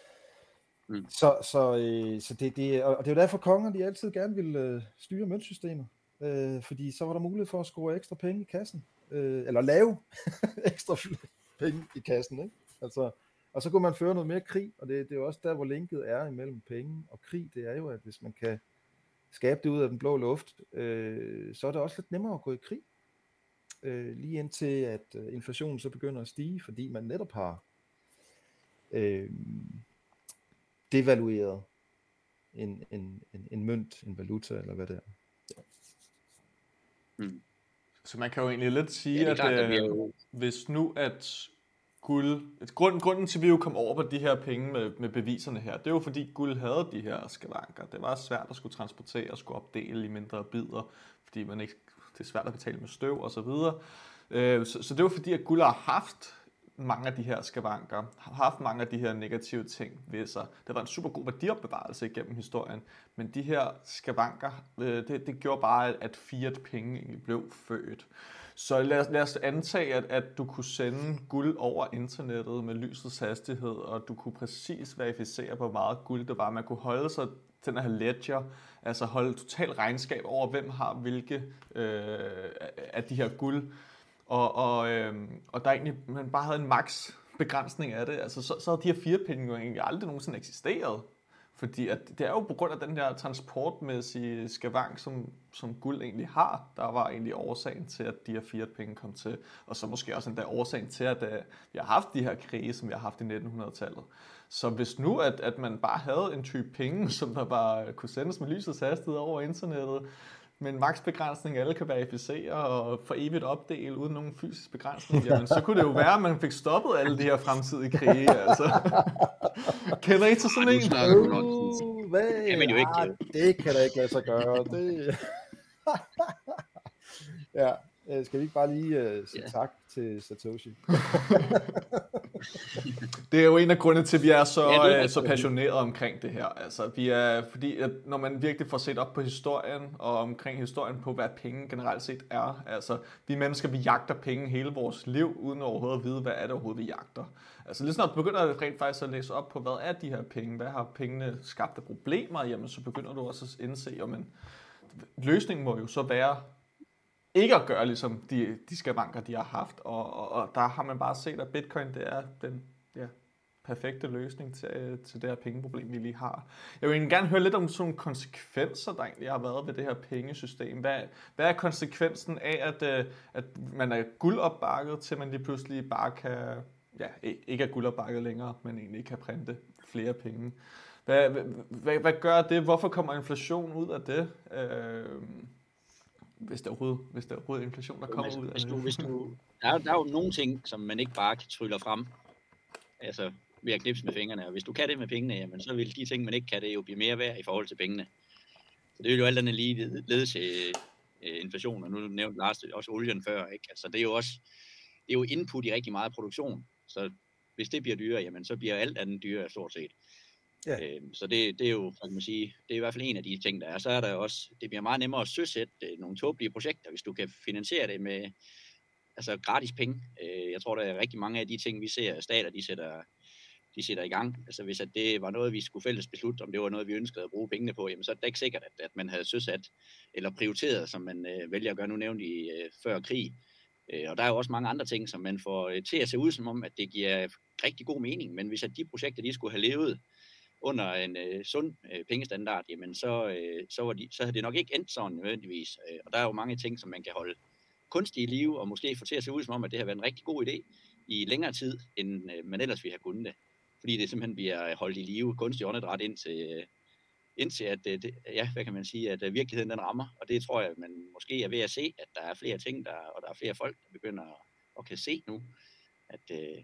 Speaker 2: Så det, og det er jo derfor konger, de altid gerne ville styre møntsystemet, fordi så var der mulighed for at score ekstra penge i kassen, eller lave ekstra penge i kassen, ikke? Altså, og så kunne man føre noget mere krig, og det er jo også der, hvor linket er imellem penge og krig. Det er jo, at hvis man kan skabe det ud af den blå luft, så er det også lidt nemmere at gå i krig. Lige indtil at inflationen så begynder at stige, fordi man netop har devalueret en mønt, en valuta, eller hvad det er.
Speaker 1: Så man kan jo egentlig lidt sige, at hvis nu at guld, grunden til at vi jo kom over på de her penge med beviserne her, det er jo fordi guld havde de her skavanker. Det var svært at skulle transportere og skulle opdele i mindre bidder, fordi det er svært at betale med støv og så videre. Så det var fordi, at guld har haft mange af de her skavanker, har haft mange af de her negative ting ved sig. Det var en super god værdiopbevarelse igennem historien, men de her skavanker, det gjorde bare, at fiat-penge egentlig blev født. Så lad os antage, at du kunne sende guld over internettet med lysets hastighed, og du kunne præcis verificere, hvor meget guld det var. Man kunne holde sig den her ledger, altså holde totalt regnskab over, hvem har hvilke af de her guld. Og der egentlig, man bare havde en max begrænsning af det, altså så havde de her fiat-penge jo egentlig aldrig nogensinde eksisteret. Fordi at det er jo på grund af den der transportmæssige skavank, som guld egentlig har, der var egentlig årsagen til, at de her fiat-penge kom til. Og så måske også endda årsagen til, at vi har haft de her krige, som vi har haft i 1900-tallet. Så hvis nu, at man bare havde en type penge, som der bare kunne sendes med lysets hastighed over internettet, med en maksbegrænsning, alle kan verificere og for evigt opdele uden nogen fysisk begrænsning, jamen så kunne det jo være, at man fik stoppet alle de her fremtidige krige, altså. Kender I til sådan en?
Speaker 2: Hvad?
Speaker 4: Kan man jo ikke.
Speaker 2: Det kan da ikke lade sig gøre. Det... Ja, skal vi ikke bare lige sige tak til Satoshi?
Speaker 1: Det er jo en af grundene til, at vi er så passionerede omkring det her. Altså, vi er, fordi at når man virkelig får set op på historien, og omkring historien på, hvad penge generelt set er. Altså, vi mennesker, vi jagter penge hele vores liv, uden overhovedet at vide, hvad er det overhovedet, vi jagter. Altså, lige snart du begynder rent faktisk at læse op på, hvad er de her penge? Hvad har pengene skabt af problemer? Jamen, så begynder du også at indse, jamen, løsningen må jo så være ikke at gøre ligesom de skavanker, de har haft. Og der har man bare set, at Bitcoin, det er den perfekte løsning til det her pengeproblem, vi lige har. Jeg vil egentlig gerne høre lidt om sådan nogle konsekvenser, der egentlig har været ved det her pengesystem. Hvad er konsekvensen af, at man er guldopbakket, til man lige pludselig bare kan, ikke er guldopbakket længere, men egentlig kan printe flere penge? Hvad gør det? Hvorfor kommer inflation ud af det? Hvis der overhovedet er inflation, der kommer ud af det.
Speaker 4: Der er jo nogle ting, som man ikke bare kan trylle frem, altså ved at knipse med fingrene, og hvis du kan det med pengene, jamen, så vil de ting, man ikke kan, det jo blive mere værd i forhold til pengene. Så det vil jo alt andet lige lede til inflation, og nu nævnte Lars også olien før, ikke? Altså det er jo input i rigtig meget produktion, så hvis det bliver dyrere, jamen så bliver alt andet dyrere stort set.
Speaker 2: Ja.
Speaker 4: Så det er jo, kan man sige, det er i hvert fald en af de ting, der er. Så er der også, det bliver meget nemmere at søsætte nogle tåbelige projekter, hvis du kan finansiere det med altså gratis penge. Jeg tror, der er rigtig mange af de ting, vi ser stater, de sætter i gang. Altså hvis at det var noget, vi skulle fælles beslutte, om det var noget, vi ønskede at bruge pengene på, jamen, så er det ikke sikkert, at man havde søsat eller prioriteret, som man vælger at gøre. Nu nævnte I før krig. Og der er jo også mange andre ting, som man får til at se ud som om, at det giver rigtig god mening. Men hvis at de projekter, de skulle have levet under en sund pengestandard, jamen så havde det nok ikke endt sådan nødvendigvis. Og der er jo mange ting, som man kan holde kunstigt i live, og måske få til at se ud som om, at det har været en rigtig god idé i længere tid, end man ellers ville have kunnet det. Fordi det simpelthen bliver holdt i live, kunstigt åndedræt indtil at, hvad kan man sige, at virkeligheden den rammer. Og det tror jeg, man måske er ved at se, at der er flere ting, og der er flere folk, der begynder at kan se nu, at,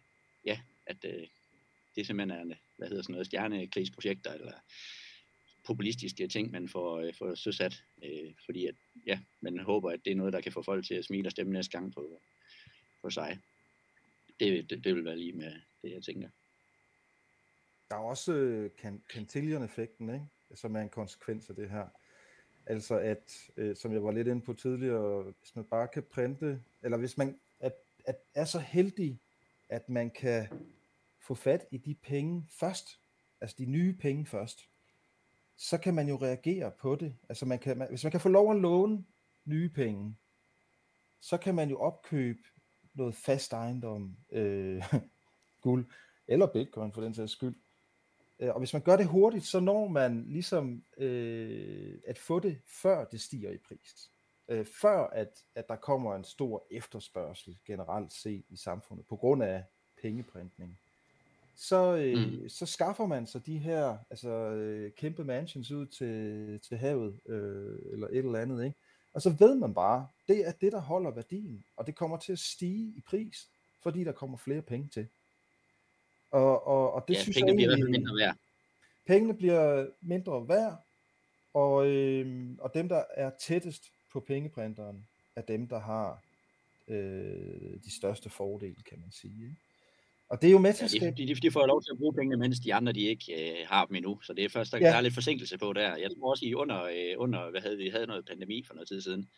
Speaker 4: det simpelthen er, stjernekrigsprojekter, eller populistiske ting, man får søsat, fordi at, man håber, at det er noget, der kan få folk til at smile og stemme næste gang på sig. Det vil være lige med det, jeg tænker.
Speaker 2: Der er også Cantillon-effekten, ikke? Som er en konsekvens af det her. Altså at, som jeg var lidt inde på tidligere, hvis man bare kan printe, eller hvis man er så heldig, at man kan få fat i de penge først, altså de nye penge først, så kan man jo reagere på det. Altså hvis man kan få lov at låne nye penge, så kan man jo opkøbe noget fast ejendom, guld, eller bitcoin for den sags skyld. Og hvis man gør det hurtigt, så når man ligesom at få det, før det stiger i pris. Før at der kommer en stor efterspørgsel generelt set i samfundet, på grund af pengeprintning. Så skaffer man sig de her kæmpe mansions ud til havet, eller et eller andet, ikke? Og så ved man bare, det er det, der holder værdien, og det kommer til at stige i pris, fordi der kommer flere penge til. Og det synes
Speaker 4: pengene
Speaker 2: jeg
Speaker 4: bliver i hvert fald mindre værd.
Speaker 2: Pengene bliver mindre værd, og dem, der er tættest på pengeprinteren, er dem, der har de største fordele, kan man sige. Ikke? Og det er jo med til at skabe...
Speaker 4: De får lov til at bruge pengene, mens de andre de ikke har dem endnu. Så det er først, der er lidt forsinkelse på der. Jeg tror også, I under vi havde noget pandemi for noget tid siden,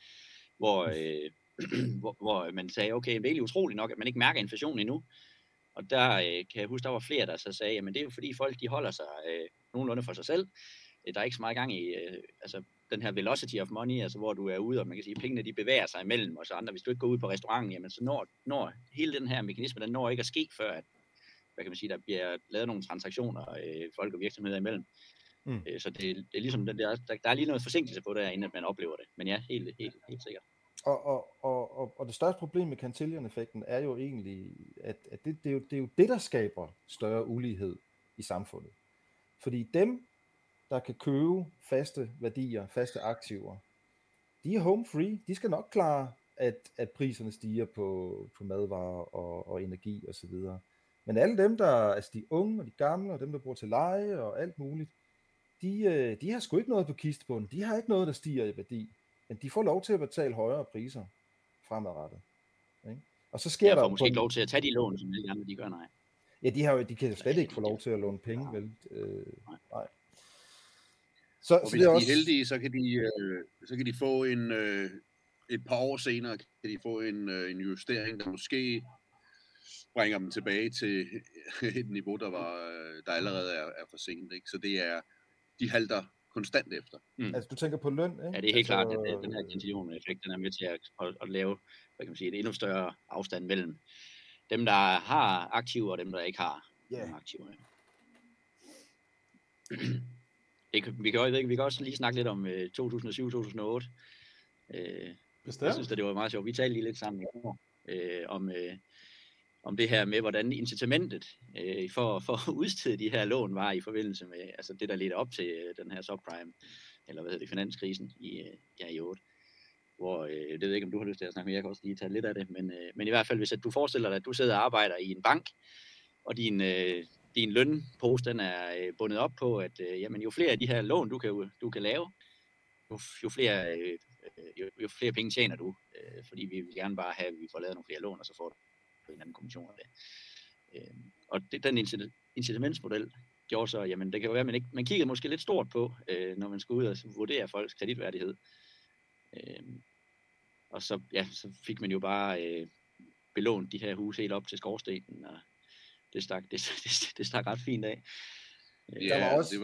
Speaker 4: hvor man sagde, okay, det er virkelig utroligt nok, at man ikke mærker inflationen endnu. Og der kan jeg huske, der var flere, der så sagde, jamen det er jo fordi folk, de holder sig nogenlunde for sig selv. Der er ikke så meget gang i den her velocity of money, altså hvor du er ude, og man kan sige, at pengene de bevæger sig imellem os andre. Hvis du ikke går ud på restauranten, jamen så når hele den her mekanisme, den når ikke at ske, før at, hvad kan man sige, der bliver lavet nogle transaktioner folk og virksomheder imellem. Så det er ligesom, der er lige noget forsinkelse på der, inden at man oplever det. Men ja, helt sikkert.
Speaker 2: Og det største problem med Cantillon-effekten er jo egentlig, at det er jo det, der skaber større ulighed i samfundet. Fordi dem, der kan købe faste værdier, faste aktiver, de er home free. De skal nok klare, at priserne stiger på madvarer og energi osv. Men alle dem, altså de unge og de gamle, og dem, der bor til leje og alt muligt, de har sgu ikke noget på kistebunden. De har ikke noget, der stiger i værdi. Men de får lov til at betale højere priser fremadrettet. Ikke? Og så sker der...
Speaker 4: får måske ikke lov til at tage de lån, som alle andre de gør, nej.
Speaker 2: Ja, de kan jo slet ikke få lov til at låne penge, vel? Nej.
Speaker 3: Og hvis de er heldige, så kan de få et par år senere, kan de få en justering, der måske bringer dem tilbage til et niveau, der allerede er for sent. Ikke? Så det er, de halter konstant efter.
Speaker 2: Altså du tænker på løn, ikke?
Speaker 4: Ja, det er helt klart, at den her Cantillon-effekt, den er med til at lave, hvad kan man sige, et endnu større afstand mellem dem, der har aktiver, og dem, der ikke har aktiver. Vi kan også lige snakke lidt om 2007-2008. Jeg synes, det var meget sjovt. Vi talte lige lidt sammen i år om det her med, hvordan incitamentet for at udstede de her lån var i forbindelse med altså det, der ledte op til den her subprime, eller finanskrisen i 8. Hvor, det ved jeg ikke, om du har lyst til at snakke med, jeg kan også lige tage lidt af det, men i hvert fald, hvis at du forestiller dig, at du sidder og arbejder i en bank, og din lønpose, den er bundet op på, at jamen, jo flere af de her lån, du kan lave, jo flere penge tjener du, fordi vi vil gerne bare have, at vi får lavet nogle flere lån, og så får du en anden kommission af det. Og den incitamentsmodel, gjorde så, jamen det kan jo være, at man kiggede måske lidt stort på, når man skulle ud og vurdere folks kreditværdighed. Og så fik man jo bare belånt de her huse helt op til skorstenen, og det stak ret fint af.
Speaker 2: Der var også,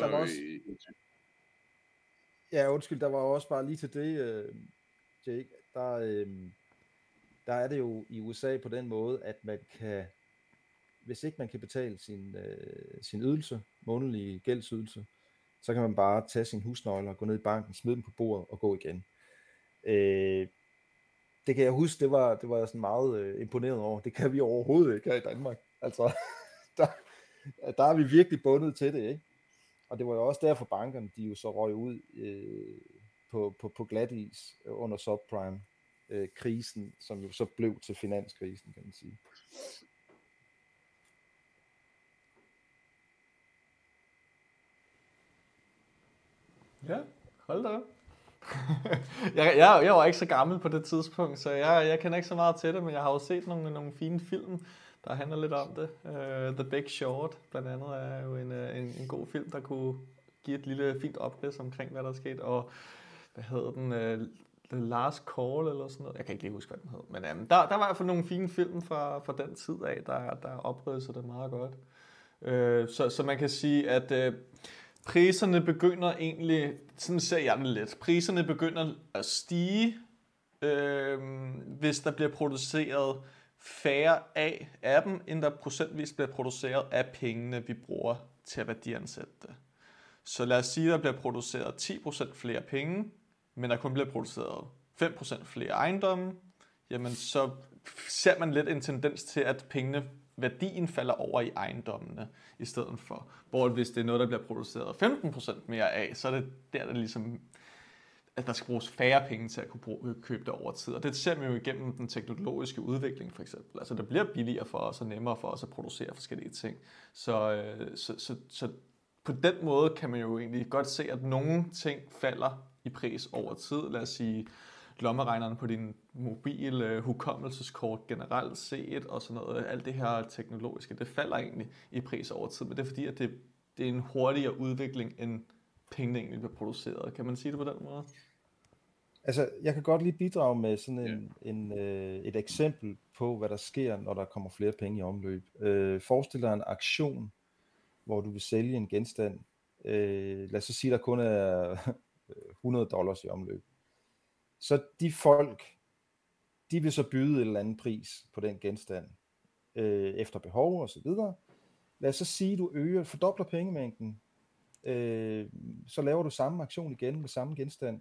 Speaker 2: ja, undskyld, der var også bare lige til det, Jake, der er det jo i USA på den måde, at man kan, hvis ikke man kan betale sin ydelse, månedlige gældsydelse, så kan man bare tage sin husnøgler, gå ned i banken, smide dem på bordet og gå igen. Det kan jeg huske, det var jeg sådan meget imponeret over. Det kan vi overhovedet ikke her i Danmark. Altså, der er vi virkelig bundet til det, ikke? Og det var jo også derfor bankerne, de jo så røg ud på glat is under subprime-krisen, som jo så blev til finanskrisen, kan man sige.
Speaker 1: Ja, hold da op. jeg var ikke så gammel på det tidspunkt, så jeg kender ikke så meget til det, men jeg har jo set nogle fine film, der handler lidt om det. The Big Short, blandt andet, er jo en god film, der kunne give et lille fint oprids omkring, hvad der er sket. Og hvad hedder den? The Last Call eller sådan noget. Jeg kan ikke lige huske, hvad den hed. Men der var i hvert fald nogle fine film fra den tid af, der opridser det meget godt. Så man kan sige, at priserne begynder egentlig, sådan ser jeg det lidt, priserne begynder at stige, hvis der bliver produceret færre af dem, end der procentvis bliver produceret af pengene, vi bruger til at værdiansætte det. Så lad os sige, at der bliver produceret 10% flere penge, men der kun bliver produceret 5% flere ejendomme, jamen så ser man lidt en tendens til, at pengene, værdien falder over i ejendommene i stedet for. Hvor hvis det er noget, der bliver produceret 15% mere af, så er det der ligesom, at der skal bruges færre penge til at kunne købe det over tid. Og det ser vi jo igennem den teknologiske udvikling for eksempel. Altså det bliver billigere for os og nemmere for os at producere forskellige ting. Så på den måde kan man jo egentlig godt se, at nogle ting falder i pris over tid. Lad os sige, lommeregneren på din mobil, hukommelseskort generelt set og sådan noget. Alt det her teknologiske, det falder egentlig i pris over tid. Men det er fordi, at det er en hurtigere udvikling, end pengene egentlig bliver produceret. Kan man sige det på den måde?
Speaker 2: Altså, jeg kan godt lige bidrage med sådan et eksempel på, hvad der sker, når der kommer flere penge i omløb. Forestil dig en aktion, hvor du vil sælge en genstand. Lad os så sige, der kun er $100 i omløb. Så de folk, de vil så byde et eller andet pris på den genstand, efter behov og så videre. Lad os så sige, at du fordobler pengemængden, så laver du samme aktion igen med samme genstand,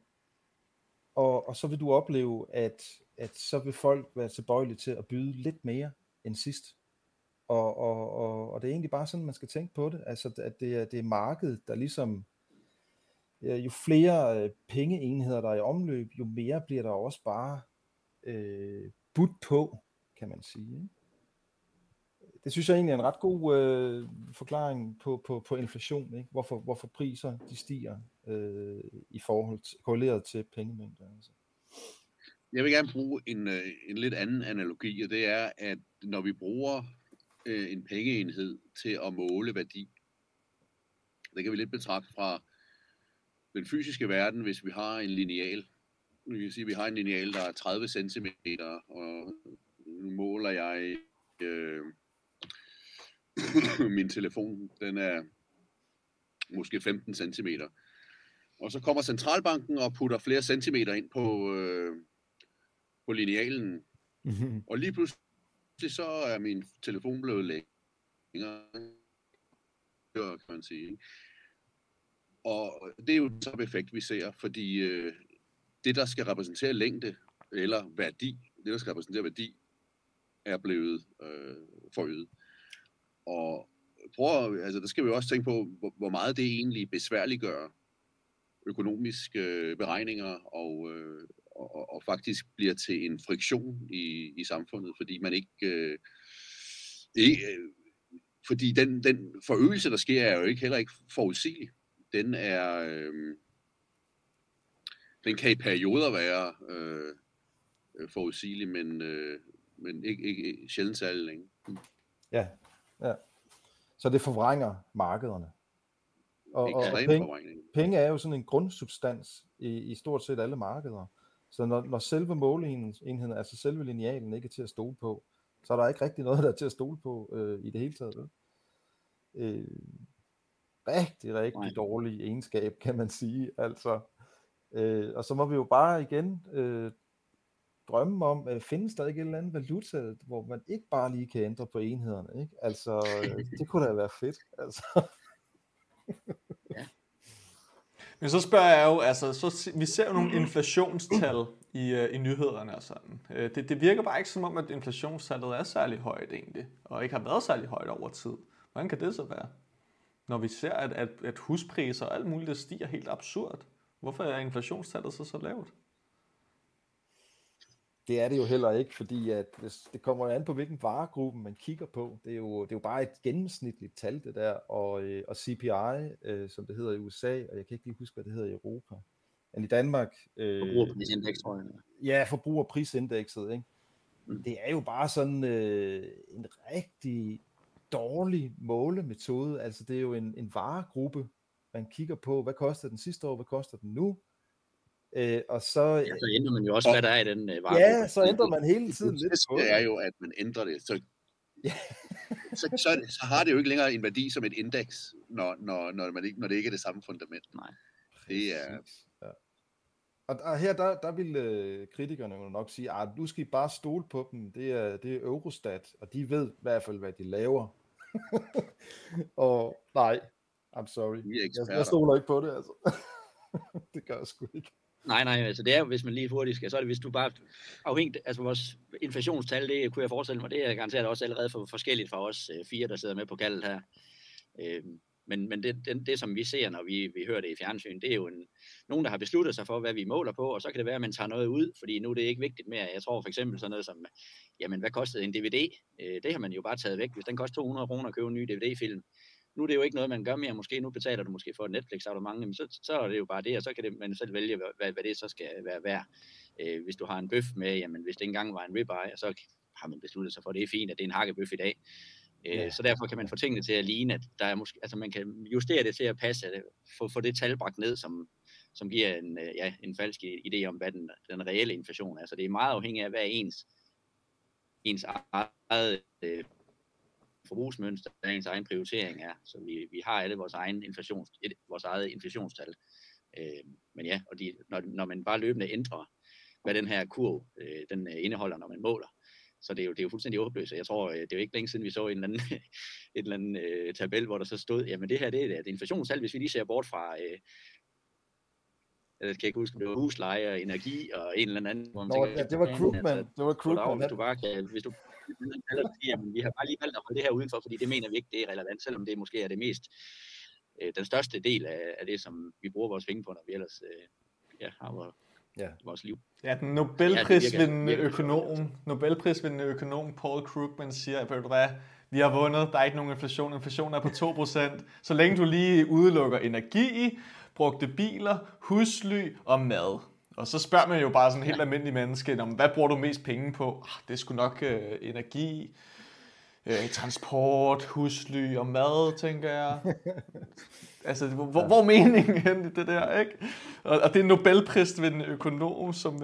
Speaker 2: og så vil du opleve, at så vil folk være tilbøjelige til at byde lidt mere end sidst. Og det er egentlig bare sådan, man skal tænke på det, altså at det er markedet, der ligesom, jo flere pengeenheder, der er i omløb, jo mere bliver der også bare budt på, kan man sige. Ikke? Det synes jeg egentlig er en ret god forklaring på inflation, ikke? Hvorfor priser de stiger i forhold til, korreleret til pengemængder. Altså.
Speaker 3: Jeg vil gerne bruge en lidt anden analogi, og det er, at når vi bruger en pengeenhed til at måle værdi, det kan vi lidt betragte fra den fysiske verden, hvis vi har en lineal. Vi kan sige, at vi har en lineal, der er 30 cm, og nu måler jeg min telefon, den er måske 15 cm. Og så kommer centralbanken og putter flere centimeter ind på linealen. Mm-hmm. Og lige pludselig så er min telefon blevet længere, kan man sige. Og det er jo en sådan effekt, vi ser, fordi det, der skal repræsentere længde eller værdi, er blevet forøget. Og der skal vi også tænke på, hvor meget det egentlig besværliggør økonomiske beregninger og faktisk bliver til en friktion i samfundet, fordi man ikke fordi den forøgelse, der sker, er jo heller ikke forudsigelig. Den kan i perioder være forudsigelig, men ikke sjældent særlig længe.
Speaker 2: Ja. Så det forvrænger markederne. Og
Speaker 3: Ekstrem forvrængning.
Speaker 2: penge er jo sådan en grundsubstans i stort set alle markeder. Så når selve måleenheden, altså selve linealen, ikke er til at stole på, så er der ikke rigtig noget, der er til at stole på i det hele taget. Rigtig dårlig egenskab, kan man sige. Altså, og så må vi jo bare igen drømme om, findes der ikke et eller andet valuta, hvor man ikke bare lige kan ændre på enhederne, ikke? Altså, det kunne da være fedt. Altså.
Speaker 4: Ja.
Speaker 1: Men så spørger jeg jo, altså, vi ser jo nogle inflationstal i nyhederne og sådan. Det virker bare ikke som om, at inflationstallet er særlig højt egentlig, og ikke har været særlig højt over tid. Hvordan kan det så være? Når vi ser, at huspriser og alt muligt, der stiger helt absurd. Hvorfor er inflationstallet så lavt?
Speaker 2: Det er det jo heller ikke, fordi at det kommer jo an på, hvilken varegruppe man kigger på. Det er jo bare et gennemsnitligt tal, det der, og CPI, som det hedder i USA, og jeg kan ikke lige huske, hvad det hedder i Europa. Men i Danmark...
Speaker 4: Forbrugerprisindeks, tror jeg.
Speaker 2: Ja, forbrugerprisindekset, ikke? Det er jo bare sådan en rigtig dårlig målemetode. Altså det er jo en varegruppe, man kigger på. Hvad koster den sidste år? Hvad koster den nu? Og så
Speaker 4: ændrer man jo også, hvad der er i den varegruppe.
Speaker 2: Ja, så ændrer man hele tiden lidt på
Speaker 3: det. Det er jo, at man ændrer det. Så har det jo ikke længere en værdi som et indeks, når det ikke er det samme fundament.
Speaker 4: Nej.
Speaker 2: Det er... Ja. Og her, der vil kritikerne jo nok sige, at nu skal I bare stole på dem. Det er Eurostat, og de ved i hvert fald, hvad de laver. Og nej, I'm sorry. Jeg stoler ikke på det, altså. Det gør jeg sgu ikke.
Speaker 4: Nej, altså det er jo, hvis man lige hurtigt skal, så er det, hvis du bare afhængigt, altså vores inflationstal, det kunne jeg forestille mig, det er garanteret også allerede for forskelligt fra os fire, der sidder med på kaldet her. Men det, som vi ser, når vi hører det i fjernsyn, det er jo nogen, der har besluttet sig for, hvad vi måler på, og så kan det være, at man tager noget ud, fordi nu er det ikke vigtigt mere. Jeg tror for eksempel sådan noget som, jamen hvad kostede en DVD? Det har man jo bare taget væk. Hvis den koster 200 kroner at købe en ny DVD-film, nu er det jo ikke noget, man gør mere. Måske nu betaler du måske for et Netflix-abonnement, men så er det jo bare det, og så kan man selv vælge, hvad det så skal være værd. Hvis du har en bøf med, jamen hvis det engang var en ribeye, så har man besluttet sig for, at det er fint, at det er en hakkebøf i dag. Så derfor kan man få tingene til at ligne, at der er måske, altså man kan justere det til at passe, få det tal bragt ned, som giver en falsk idé om, hvad den reelle inflation er. Så det er meget afhængigt af, hvad ens eget forbrugsmønster, ens egen prioritering er. Så vi har alle vores eget inflationstal. Men ja, og når man bare løbende ændrer, hvad den her kurv den indeholder, når man måler, så det er jo fuldstændig håbløst. Jeg tror, det er jo ikke længe siden, vi så en eller anden tabel, hvor der så stod, jamen det her, det er et inflationstal, hvis vi lige ser bort fra, jeg kan ikke huske, det var husleje og energi og en eller anden.
Speaker 2: Det var Krugman. Det var Krugman.
Speaker 4: Hvis du bare kan, jamen, vi har bare lige valgt at holde det her udenfor, fordi det mener vi ikke, det er relevant, selvom det måske er det mest, den største del af det, som vi bruger vores penge på, når vi ellers har vores liv.
Speaker 1: Ja, den Nobelprisvindende økonom Paul Krugman siger, at vi har vundet, der er ikke nogen inflation. Inflationen er på 2%. Så længe du lige udelukker energi, brugte biler, husly og mad. Og så spørger man jo bare sådan en helt almindelig menneske, hvad bruger du mest penge på? Det er sgu nok energi, transport, husly og mad, tænker jeg. Altså, hvor er meningen hen i det der, ikke? Og det er Nobelprisvindende økonom, som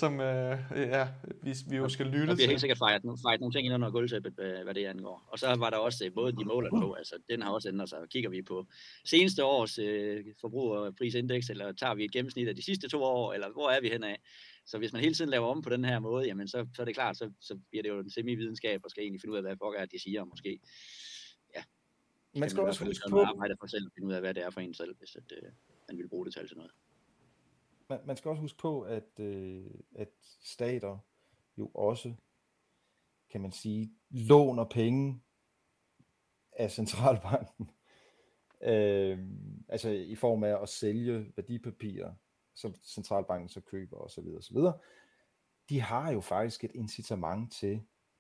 Speaker 1: vi jo skal lytte til.
Speaker 4: Og vi har helt sikkert fejret nogle ting ind under gulvtæppet, hvad det angår. Og så var der også både de måler på, altså den har også ændret sig. Kigger vi på seneste års forbrugerprisindeks, eller tager vi et gennemsnit af de sidste 2 år, eller hvor er vi henad? Så hvis man hele tiden laver om på den her måde, jamen så er det klart, så bliver det jo en semi-videnskab, og skal egentlig finde ud af, hvad pokker er, de siger, og måske
Speaker 2: man skal også huske
Speaker 4: på arbejde for selv at finde ud af, hvad det er for en selv, hvis man vil bruge det tal til noget.
Speaker 2: Man skal også huske på, at stater jo også, kan man sige, låner penge af centralbanken, altså i form af at sælge værdipapirer, som centralbanken så køber osv. osv. De har jo faktisk et incitament til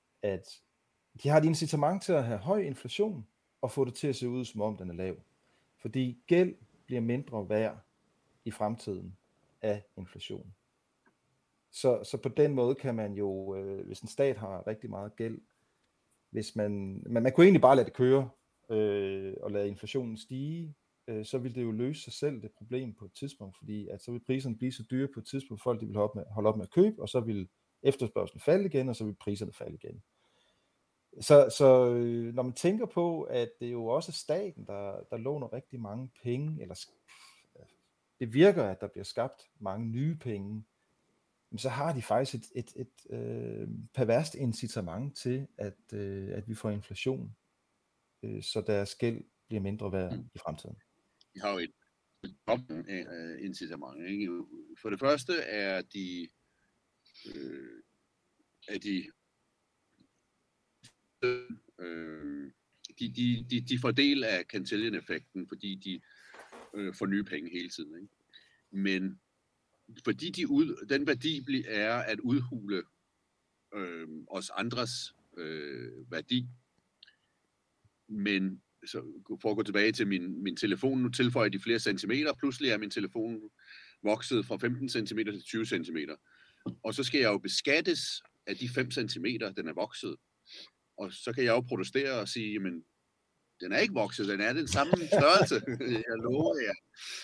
Speaker 2: at have høj inflation og få det til at se ud, som om den er lav. Fordi gæld bliver mindre værd i fremtiden af inflation. Så på den måde kan man jo, hvis en stat har rigtig meget gæld, hvis man kunne egentlig bare lade det køre, og lade inflationen stige, så vil det jo løse sig selv, det problem, på et tidspunkt, fordi at så vil priserne blive så dyre på et tidspunkt, folk de vil holde op med at købe, og så vil efterspørgselen falde igen, og så vil priserne falde igen. Så når man tænker på, at det jo også er staten, der låner rigtig mange penge, eller det virker, at der bliver skabt mange nye penge, så har de faktisk et perverst incitament til, at vi får inflation, så deres gæld bliver mindre værd i fremtiden.
Speaker 3: De har jo et incitament. Ikke? For det første er de får del af Cantillon-effekten, fordi de får nye penge hele tiden. Ikke? Men fordi den værdi er at udhule os andres værdi. Men så for at gå tilbage til min telefon, nu tilføjer de flere centimeter, pludselig er min telefon vokset fra 15 cm til 20 cm. Og så skal jeg jo beskattes af de 5 cm, den er vokset. Og så kan jeg jo protestere og sige, men den er ikke vokset, den er den samme størrelse, jeg lover jer.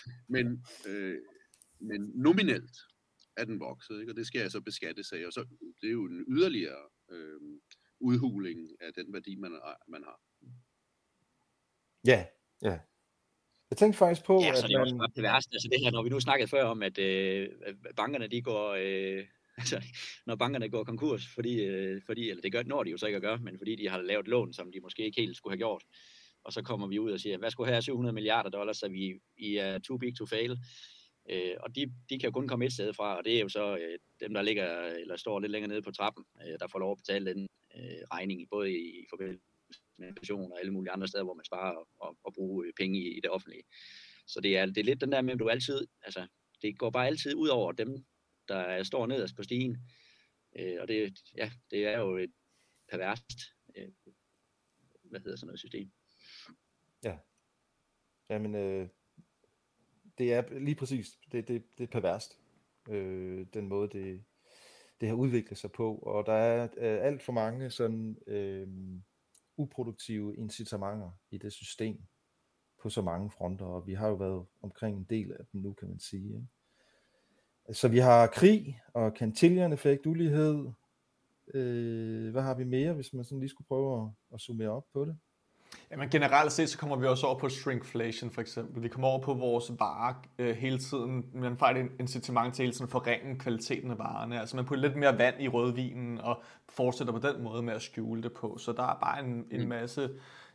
Speaker 3: Men nominelt er den vokset, ikke? Og det skal jeg så beskattes af. Og så, det er jo en yderligere udhuling af den værdi, man har.
Speaker 2: Ja. Jeg tænkte faktisk på,
Speaker 4: at det er også det værste. Altså det her, når vi nu snakkede før om, at bankerne de går, når bankerne går konkurs, fordi eller det når de jo så ikke at gøre, men fordi de har lavet lån, som de måske ikke helt skulle have gjort. Og så kommer vi ud og siger, hvad skulle have $700 milliarder, så vi er too big to fail. Og de kan jo kun komme et sted fra, og det er jo så dem, der ligger eller står lidt længere nede på trappen, der får lov at betale den regning, både i forbindelse med inflation og alle mulige andre steder, hvor man sparer og bruger penge i det offentlige. Så det er lidt den der med, at du altid, altså det går bare altid ud over dem, der står nederst på stigen. Og det er jo et perverst, sådan noget system.
Speaker 2: Ja. Jamen, det er lige præcis, det er perverst, den måde det har udviklet sig på, og der er alt for mange sådan uproduktive incitamenter i det system på så mange fronter, og vi har jo været omkring en del af dem nu, kan man sige. Ikke? Så vi har krig og Cantillon-effekt, ulighed. Hvad har vi mere, hvis man sådan lige skulle prøve at summere op på det?
Speaker 1: Jamen generelt set, så kommer vi også over på shrinkflation for eksempel. Vi kommer over på vores varer hele tiden. Man får et incitament til hele tiden at forringe kvaliteten af varerne. Altså man putter lidt mere vand i rødvinen og fortsætter på den måde med at skjule det på. Så der er bare en masse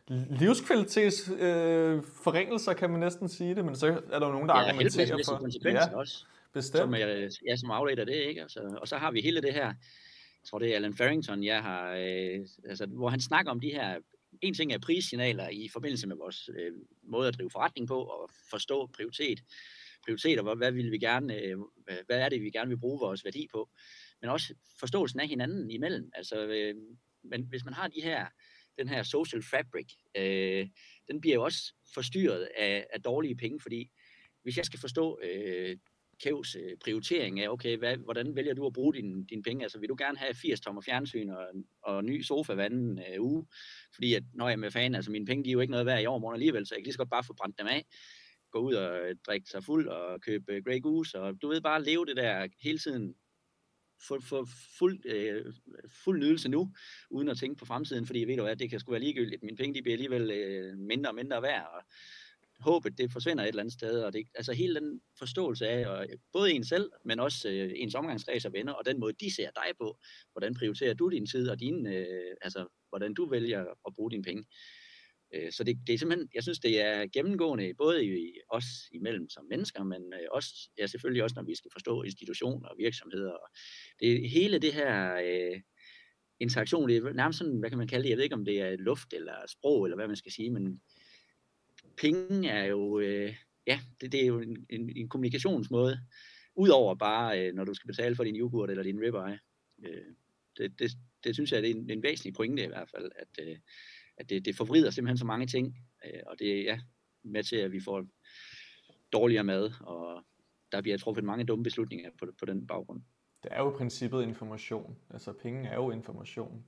Speaker 1: livskvalitetsforringelser, kan man næsten sige det. Men så er der jo nogen, der argumenterer for
Speaker 4: konsekvenser også. Bestemt. Som afledt af det, ikke? Altså, og så har vi hele det her, jeg tror det er Alan Farrington, hvor han snakker om de her. En ting er prissignaler i forbindelse med vores måde at drive forretning på og forstå prioriteter, hvad er det, vi gerne vil bruge vores værdi på, men også forståelsen af hinanden imellem. Altså, men hvis man har den her social fabric, den bliver jo også forstyrret af dårlige penge, fordi hvis jeg skal forstå Kævs prioritering af, okay, hvordan vælger du at bruge dine penge? Altså, vil du gerne have 80 tommer fjernsyn og ny sofa hver anden uge? Fordi at, når jeg er med fan, altså mine penge, de er jo ikke noget værd i overmorgen alligevel, så jeg kan lige så godt bare få brændt dem af, gå ud og drikke sig fuld og købe Grey Goose, og du ved, bare leve det der hele tiden, få fuld nydelse nu, uden at tænke på fremtiden, fordi jeg ved jo, at det kan sgu være ligegyldigt. Mine penge, de bliver alligevel mindre og mindre værd, og håbet, det forsvinder et eller andet sted, og det, altså hele den forståelse af, og både en selv, men også ens omgangskreds og venner, og den måde, de ser dig på, hvordan prioriterer du din tid, og hvordan du vælger at bruge dine penge. Så det er simpelthen, jeg synes, det er gennemgående, både i os imellem som mennesker, men også, selvfølgelig også, når vi skal forstå institutioner og virksomheder, og det hele det her interaktion, det er nærmest sådan, hvad kan man kalde det, jeg ved ikke, om det er luft, eller sprog, eller hvad man skal sige, men penge er jo, det er jo en kommunikationsmåde, udover bare, når du skal betale for din yoghurt eller din ribeye. Det synes jeg, det er en væsentlig pointe i hvert fald, at det forvrider simpelthen så mange ting, og det er med til, at vi får dårligere mad, og der bliver truffet mange dumme beslutninger på den baggrund.
Speaker 1: Det er jo i princippet information. Altså penge er jo information.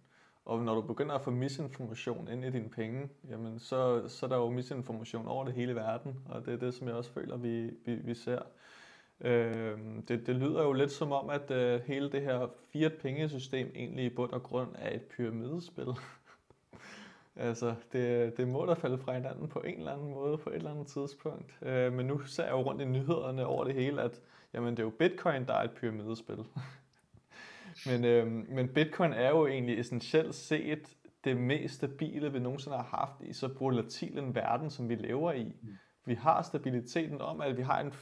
Speaker 1: Og når du begynder at få misinformation ind i dine penge, jamen så er der jo misinformation over det hele verden, og det er det, som jeg også føler, vi ser. Det lyder jo lidt som om, at hele det her fiat-pengesystem egentlig i bund og grund er et pyramidespil. Altså, det må da falde fra hinanden på en eller anden måde, på et eller andet tidspunkt. Men nu ser jeg jo rundt i nyhederne over det hele, at jamen, det er jo Bitcoin, der er et pyramidespil. Men Bitcoin er jo egentlig essentielt set det mest stabile, vi nogensinde har haft i så volatil en verden, som vi lever i. Vi har stabiliteten om, at vi har en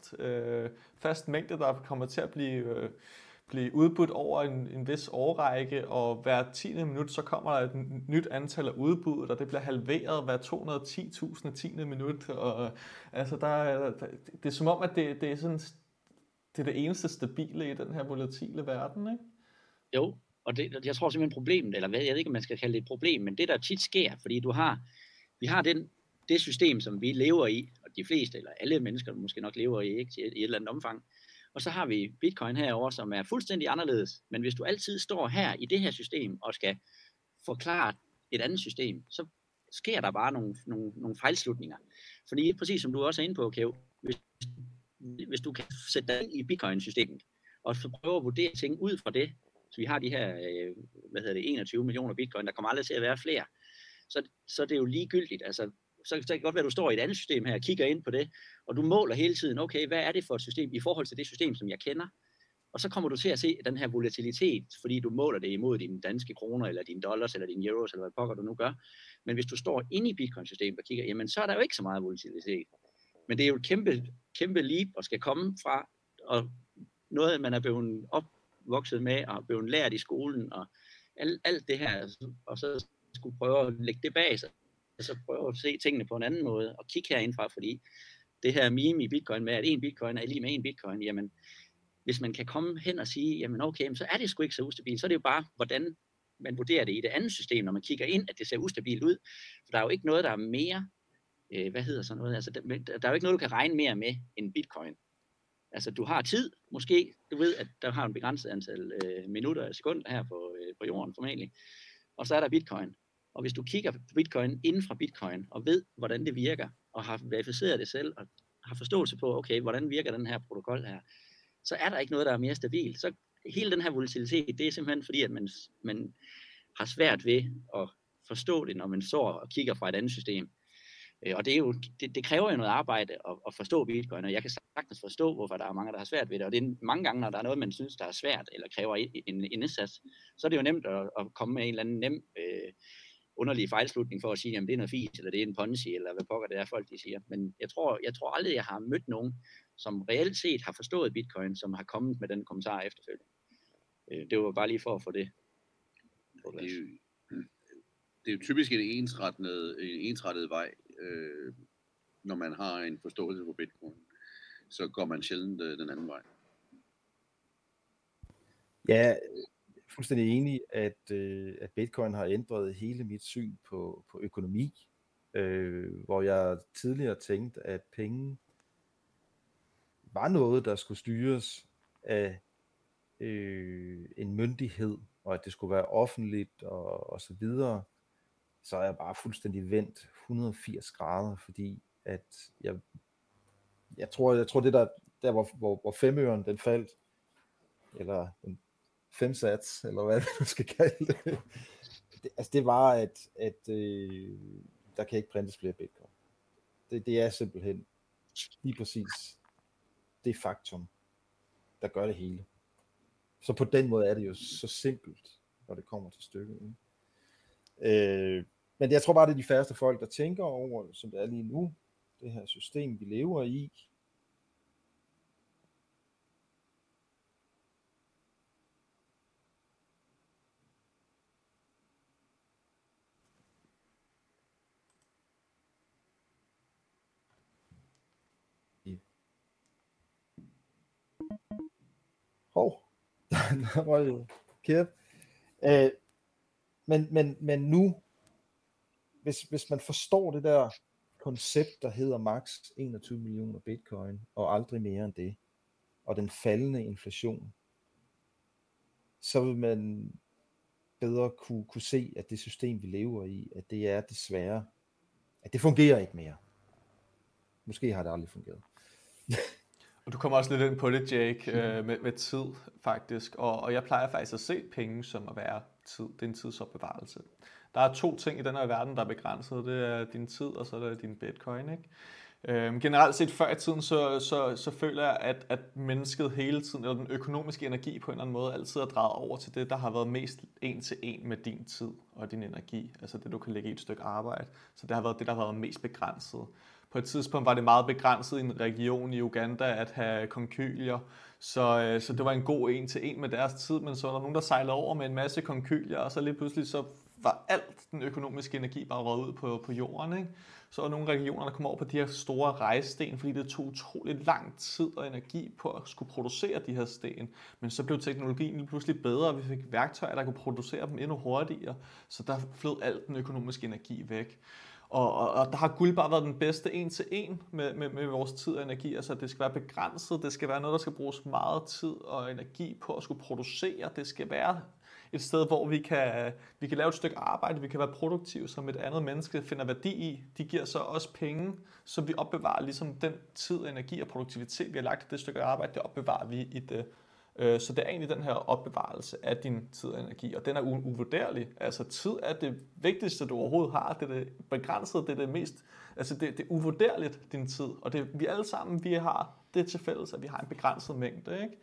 Speaker 1: fast mængde, der kommer til at blive udbudt over en vis årrække, og hver 10. minut, så kommer der et nyt antal af udbud, og det bliver halveret hver 210.000 10. minut. Og, altså, det er som om, at det er sådan, det er det eneste stabile i den her volatile verden, ikke?
Speaker 4: Jo, og jeg tror simpelthen problemet, eller jeg ved ikke, om man skal kalde det et problem, men det der tit sker, fordi vi har det system, som vi lever i, og de fleste, eller alle mennesker måske nok lever i, ikke, i et eller andet omfang. Og så har vi Bitcoin herover, som er fuldstændig anderledes. Men hvis du altid står her i det her system, og skal forklare et andet system, så sker der bare nogle fejlslutninger. Fordi præcis som du også er inde på, Kev, hvis du kan sætte dig ind i Bitcoin-systemet, og så prøve at vurdere ting ud fra det, så vi har de her 21 millioner Bitcoin, der kommer aldrig til at være flere, så det er jo ligegyldigt. Altså, så kan det godt være, at du står i et andet system her og kigger ind på det, og du måler hele tiden, okay, hvad er det for et system i forhold til det system, som jeg kender? Og så kommer du til at se den her volatilitet, fordi du måler det imod dine danske kroner, eller dine dollars, eller dine euros, eller hvad pokker du nu gør. Men hvis du står inde i Bitcoin-systemet og kigger, jamen så er der jo ikke så meget volatilitet. Men det er jo et kæmpe leap, og skal komme fra og noget, man er blevet opvokset med, og blevet lært i skolen, og alt det her, og så skulle prøve at lægge det bag sig, og så prøve at se tingene på en anden måde, og kigge herindfra, fordi det her meme i Bitcoin med, at en Bitcoin er lige med en Bitcoin, jamen, hvis man kan komme hen og sige, jamen okay, så er det sgu ikke så ustabilt, så er det jo bare, hvordan man vurderer det i det andet system, når man kigger ind, at det ser ustabilt ud, for der er jo ikke noget, der er mere, altså der er jo ikke noget, du kan regne mere med end Bitcoin. Altså du har tid, måske, du ved, at der har en begrænset antal minutter og sekunder her på jorden formentlig, og så er der Bitcoin. Og hvis du kigger på Bitcoin inden fra Bitcoin, og ved, hvordan det virker, og har verificeret det selv, og har forståelse på, okay, hvordan virker den her protokol her, så er der ikke noget, der er mere stabilt. Så hele den her volatilitet, det er simpelthen fordi, at man har svært ved at forstå det, når man står og kigger fra et andet system. Og det, er jo, det kræver jo noget arbejde at forstå Bitcoin, og jeg kan sagtens forstå, hvorfor der er mange, der har svært ved det. Og det er mange gange, når der er noget, man synes, der er svært, eller kræver en indsats, så er det jo nemt at komme med en eller anden nem underlig fejlslutning for at sige, jamen det er noget fis, eller det er en ponzi, eller hvad pokker det er folk, de siger. Men jeg tror aldrig, jeg har mødt nogen, som reelt set har forstået Bitcoin, som har kommet med den kommentar efterfølgende. Det var bare lige for at få det.
Speaker 3: Det er jo typisk en ensrettet vej, når man har en forståelse for Bitcoin. Så går man sjældent den anden vej.
Speaker 2: Ja, fuldstændig enig, at Bitcoin har ændret hele mit syn på økonomi, hvor jeg tidligere tænkte, at penge var noget, der skulle styres af en myndighed, og at det skulle være offentligt og så videre. Så er jeg bare fuldstændig vendt 180 grader, fordi at jeg tror det der hvor femøren den faldt, eller en femsats, eller hvad du skal kalde det, altså det var, at der kan ikke printes flere Bitcoin. Det er simpelthen lige præcis det faktum, der gør det hele. Så på den måde er det jo så simpelt, når det kommer til stykket. Men jeg tror bare, det er de færreste folk, der tænker over, som det er lige nu, det her system, vi lever i. Der var jo kæft. Men nu, hvis man forstår det der koncept, der hedder max 21 millioner Bitcoin, og aldrig mere end det, og den faldende inflation, så vil man bedre kunne se, at det system, vi lever i, at det er desværre, at det fungerer ikke mere. Måske har det aldrig fungeret.
Speaker 1: Og du kommer også lidt ind på det, Jake, med tid faktisk. Og jeg plejer faktisk at se penge som at være tid. Det er en tidsopbevarelse. Der er 2 ting i den her verden, der er begrænset. Det er din tid, og så er det din bitcoin, ikke? Generelt set før i tiden, så føler jeg, at mennesket hele tiden, eller den økonomiske energi på en eller anden måde, altid er drejet over til det, der har været mest en til en med din tid og din energi. Altså det, du kan lægge i et stykke arbejde. Så det har været det, der har været mest begrænset. På et tidspunkt var det meget begrænset i en region i Uganda at have konkylier, så det var en god en til en med deres tid, men så var der nogen, der sejlede over med en masse konkylier, og så lige pludselig så var alt den økonomiske energi bare røget ud på jorden, ikke? Så var nogle regioner, der kom over på de her store rejsten, fordi det tog utroligt lang tid og energi på at skulle producere de her sten. Men så blev teknologien lige pludselig bedre, og vi fik værktøjer, der kunne producere dem endnu hurtigere, så der flød alt den økonomiske energi væk. Og der har guld bare været den bedste en til en med vores tid og energi. Altså det skal være begrænset, det skal være noget, der skal bruges meget tid og energi på at skulle producere. Det skal være et sted, hvor vi kan lave et stykke arbejde, vi kan være produktive, som et andet menneske finder værdi i. De giver så også penge, så vi opbevarer ligesom den tid, energi og produktivitet, vi har lagt i det stykke arbejde, det opbevarer vi i det. Så det er egentlig den her opbevarelse af din tid og energi, og den er uvurderlig. Altså tid er det vigtigste, du overhovedet har. Det er det begrænsede, det er det mest, altså det er uvurderligt, din tid. Og det vi alle sammen, vi har det til fælles, at vi har en begrænset mængde, ikke?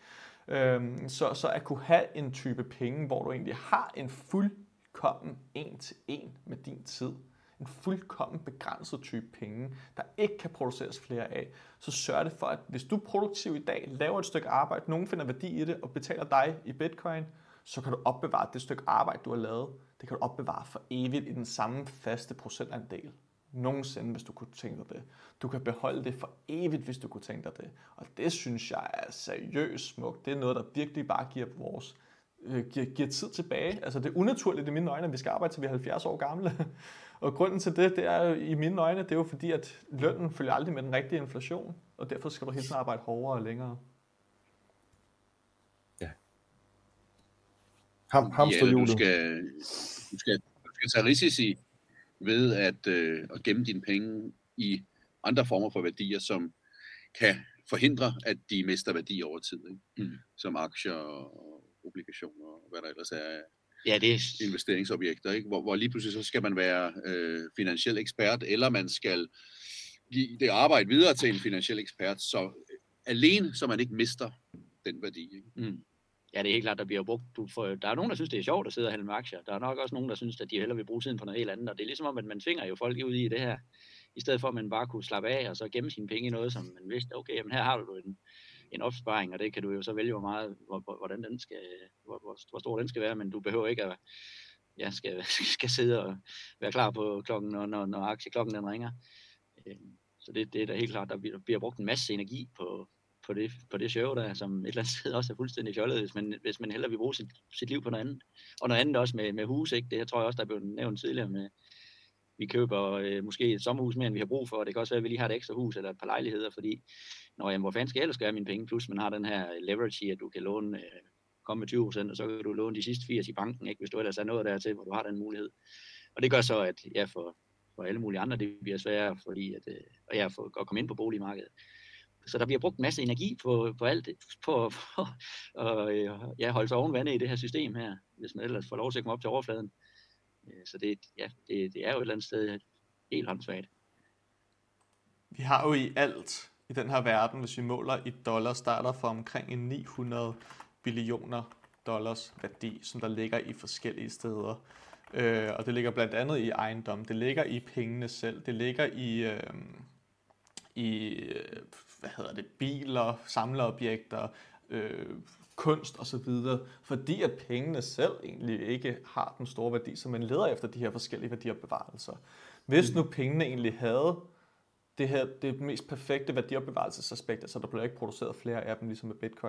Speaker 1: Så at kunne have en type penge, hvor du egentlig har en fuldkommen en til en med din tid, en fuldkommen begrænset type penge, der ikke kan produceres flere af, så sørger det for, at hvis du er produktiv i dag, laver et stykke arbejde, nogen finder værdi i det og betaler dig i bitcoin, så kan du opbevare det stykke arbejde, du har lavet. Det kan du opbevare for evigt i den samme faste procentandel. Nogensinde, hvis du kunne tænke dig det. Du kan beholde det for evigt, hvis du kunne tænke dig det. Og det synes jeg er seriøst smukt. Det er noget, der virkelig bare giver tid tilbage. Altså det er unaturligt i mine øjne, at vi skal arbejde til vi er 70 år gamle. Og grunden til det er jo, i mine øjne, det er jo fordi, at lønnen følger aldrig med den rigtige inflation. Og derfor skal du hele tiden arbejde hårdere og længere.
Speaker 2: Ja. Hamsterhjulet.
Speaker 3: Du skal tage risici ved at gemme dine penge i andre former for værdier, som kan forhindre, at de mister værdi over tid. Ikke? Som aktier og obligationer og hvad der ellers er investeringsobjekter. Ikke? Hvor lige pludselig så skal man være finansiel ekspert, eller man skal give det arbejde videre til en finansiel ekspert, alene så man ikke mister den værdi. Ikke?
Speaker 4: Ja, det er helt klart, der bliver brugt. Der er nogen, der synes, det er sjovt at sidde og handle med aktier. Der er nok også nogen, der synes, at de hellere vil bruge tiden på noget helt andet. Og det er ligesom om, at man tvinger jo folk ud i det her, i stedet for at man bare kunne slappe af og så gemme sine penge i noget, som man vidste, okay, jamen her har du en opsparing, og det kan du jo så vælge, hvordan den skal, hvor stor den skal være, men du behøver ikke at skal sidde og være klar på klokken, når aktieklokken den ringer. Så det er da helt klart, der bliver brugt en masse energi på det show der, som et eller andet sted også er fuldstændig fjollet, hvis man hellere vil bruge sit liv på noget andet. Og noget andet også med hus, ikke? Det her tror jeg også, der blev nævnt tidligere med, vi køber måske et sommerhus mere, end vi har brug for, og det kan også være, at vi lige har et ekstra hus eller et par lejligheder, fordi hvor fanden skal jeg ellers gøre mine penge, plus man har den her leverage i, at du kan låne, komme med 20%, og så kan du låne de sidste 80 i banken, ikke? Hvis du ellers er noget dertil, hvor du har den mulighed. Og det gør så, at for alle mulige andre, det bliver sværere, fordi at komme ind på boligmarkedet. Så der bliver brugt en masse energi på alt det, på at holde sig oven vandet i det her system her, hvis man ellers får lov til at komme op til overfladen. Så det er jo et eller andet sted helt håndsvagt.
Speaker 1: Vi har jo i alt i den her verden, hvis vi måler i dollar, starter fra omkring 900 billioner dollars værdi, som der ligger i forskellige steder. Og det ligger blandt andet i ejendom, det ligger i pengene selv, det ligger i biler, samleobjekter, kunst og så videre, fordi at pengene selv egentlig ikke har den store værdi, så man leder efter de her forskellige værdiopbevarelser. Hvis nu pengene egentlig havde det mest perfekte værdiopbevarelsesaspekt, så der blev ikke produceret flere af dem, ligesom med bitcoin,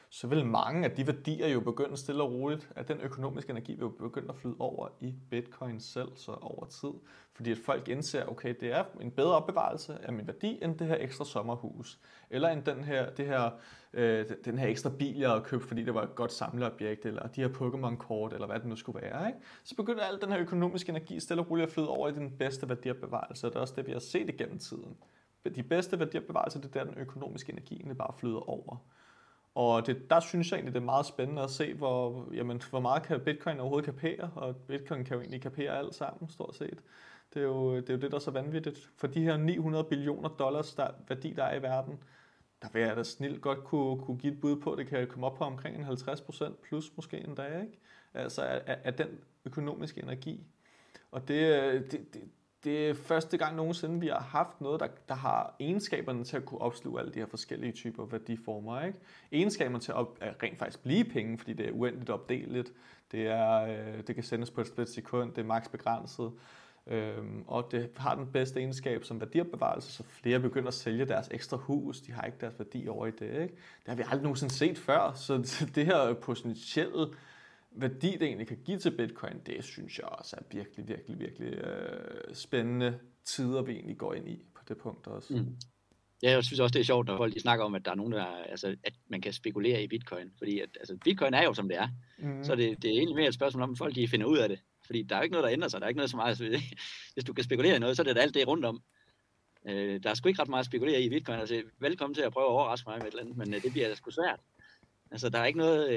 Speaker 1: så vil mange af de værdier jo begynde stille og roligt, at den økonomiske energi vil jo begynde at flyde over i bitcoin selv, så over tid. Fordi at folk indser, okay, det er en bedre opbevarelse af min værdi, end det her ekstra sommerhus. Eller end den her ekstra bil, jeg havde købt, fordi det var et godt samleobjekt, eller de her Pokémon-kort, eller hvad det nu skulle være. Ikke? Så begynder al den her økonomiske energi stille og roligt at flyde over i den bedste værdiopbevarelse, og det er også det, vi har set igennem tiden. De bedste værdiopbevarelser, det er der, den økonomiske energi egentlig bare flyder over. Og der synes jeg egentlig, det er meget spændende at se, hvor meget kan bitcoin overhovedet kapere, og bitcoin kan jo egentlig kapere alt sammen, stort set. Det er jo det, der er så vanvittigt. For de her 900 billioner dollars værdi, der er i verden, der vil jeg da snilt godt kunne give et bud på, det kan komme op på omkring en 50% plus måske en dag, ikke? Altså af den økonomiske energi. Og det er første gang nogensinde, vi har haft noget, der har egenskaberne til at kunne opsluge alle de her forskellige typer værdiformer. Ikke? Egenskaberne til at rent faktisk blive penge, fordi det er uendeligt opdeligt. Det kan sendes på et splitsekund, det er maks begrænset. Og det har den bedste egenskab som værdiopbevarelse, så flere begynder at sælge deres ekstra hus. De har ikke deres værdi over i det. Ikke? Det har vi aldrig nogensinde set før, så det her potentielle værdi, det egentlig kan give til bitcoin, det synes jeg også er virkelig, virkelig, virkelig spændende tider, vi egentlig går ind i på det punkt også.
Speaker 4: Mm. Ja, jeg synes også, det er sjovt, når folk de snakker om, at der er nogen, at man kan spekulere i bitcoin. Fordi bitcoin er jo, som det er. Så det er egentlig mere et spørgsmål om, at folk de finder ud af det. Fordi der er jo ikke noget, der ændrer sig. Der er ikke noget så meget. Hvis du kan spekulere i noget, så er det alt det rundt om. Der er sgu ikke ret meget at spekulere i bitcoin. Altså, velkommen til at prøve at overraske mig med et eller andet, men det bliver sgu svært. Altså, der er ikke noget,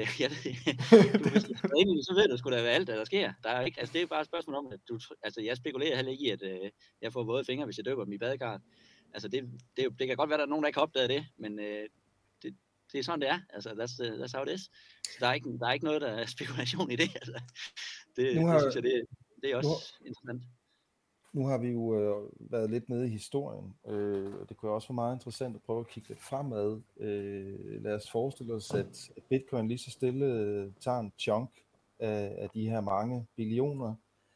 Speaker 4: så ved du sgu da alt, der sker. Der er ikke, altså, det er bare et spørgsmål om, at jeg spekulerer heller ikke i, at jeg får våde fingre, hvis jeg døber dem i badekarret. Altså, det kan godt være, der er nogen, der ikke har opdaget det, men det er sådan, det er. Altså, that's how it is. Så der er ikke noget, der er spekulation i det. Altså, det synes jeg, det er også interessant.
Speaker 2: Nu har vi jo været lidt nede i historien, og det kunne også være meget interessant at prøve at kigge lidt fremad. Lad os forestille os, at bitcoin lige så stille tager en chunk af de her mange billioner,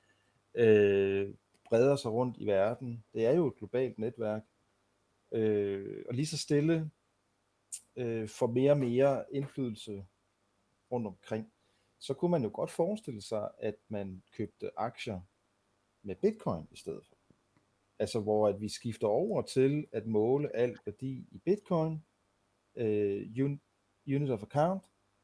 Speaker 2: breder sig rundt i verden. Det er jo et globalt netværk, og lige så stille får mere og mere indflydelse rundt omkring. Så kunne man jo godt forestille sig, at man købte aktier med bitcoin i stedet for. Altså hvor at vi skifter over til at måle al værdi i bitcoin, unit of account,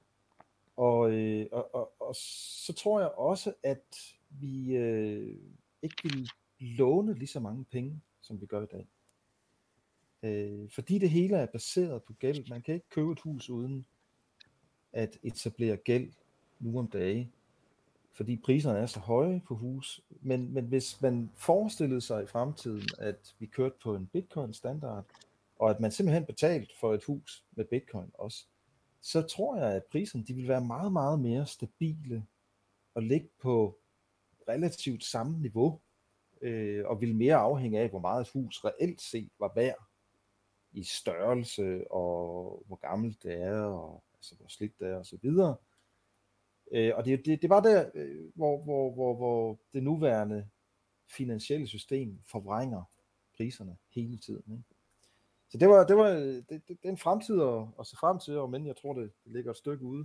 Speaker 2: og så tror jeg også, at vi ikke vil låne lige så mange penge, som vi gør i dag. Fordi det hele er baseret på gæld. Man kan ikke købe et hus uden at etablere gæld nu om dage, fordi priserne er så høje på hus. Men hvis man forestillede sig i fremtiden, at vi kørte på en bitcoin-standard, og at man simpelthen betalte for et hus med bitcoin også, så tror jeg, at priserne de vil være meget, meget mere stabile og ligge på relativt samme niveau, og vil mere afhænge af, hvor meget et hus reelt set var værd i størrelse, og hvor gammelt det er, og altså hvor slidt det er, og så videre. Og det var der, hvor det nuværende finansielle system forvrænger priserne hele tiden. Ikke? Så det er en fremtid at se frem til, men jeg tror, det ligger et stykke ude.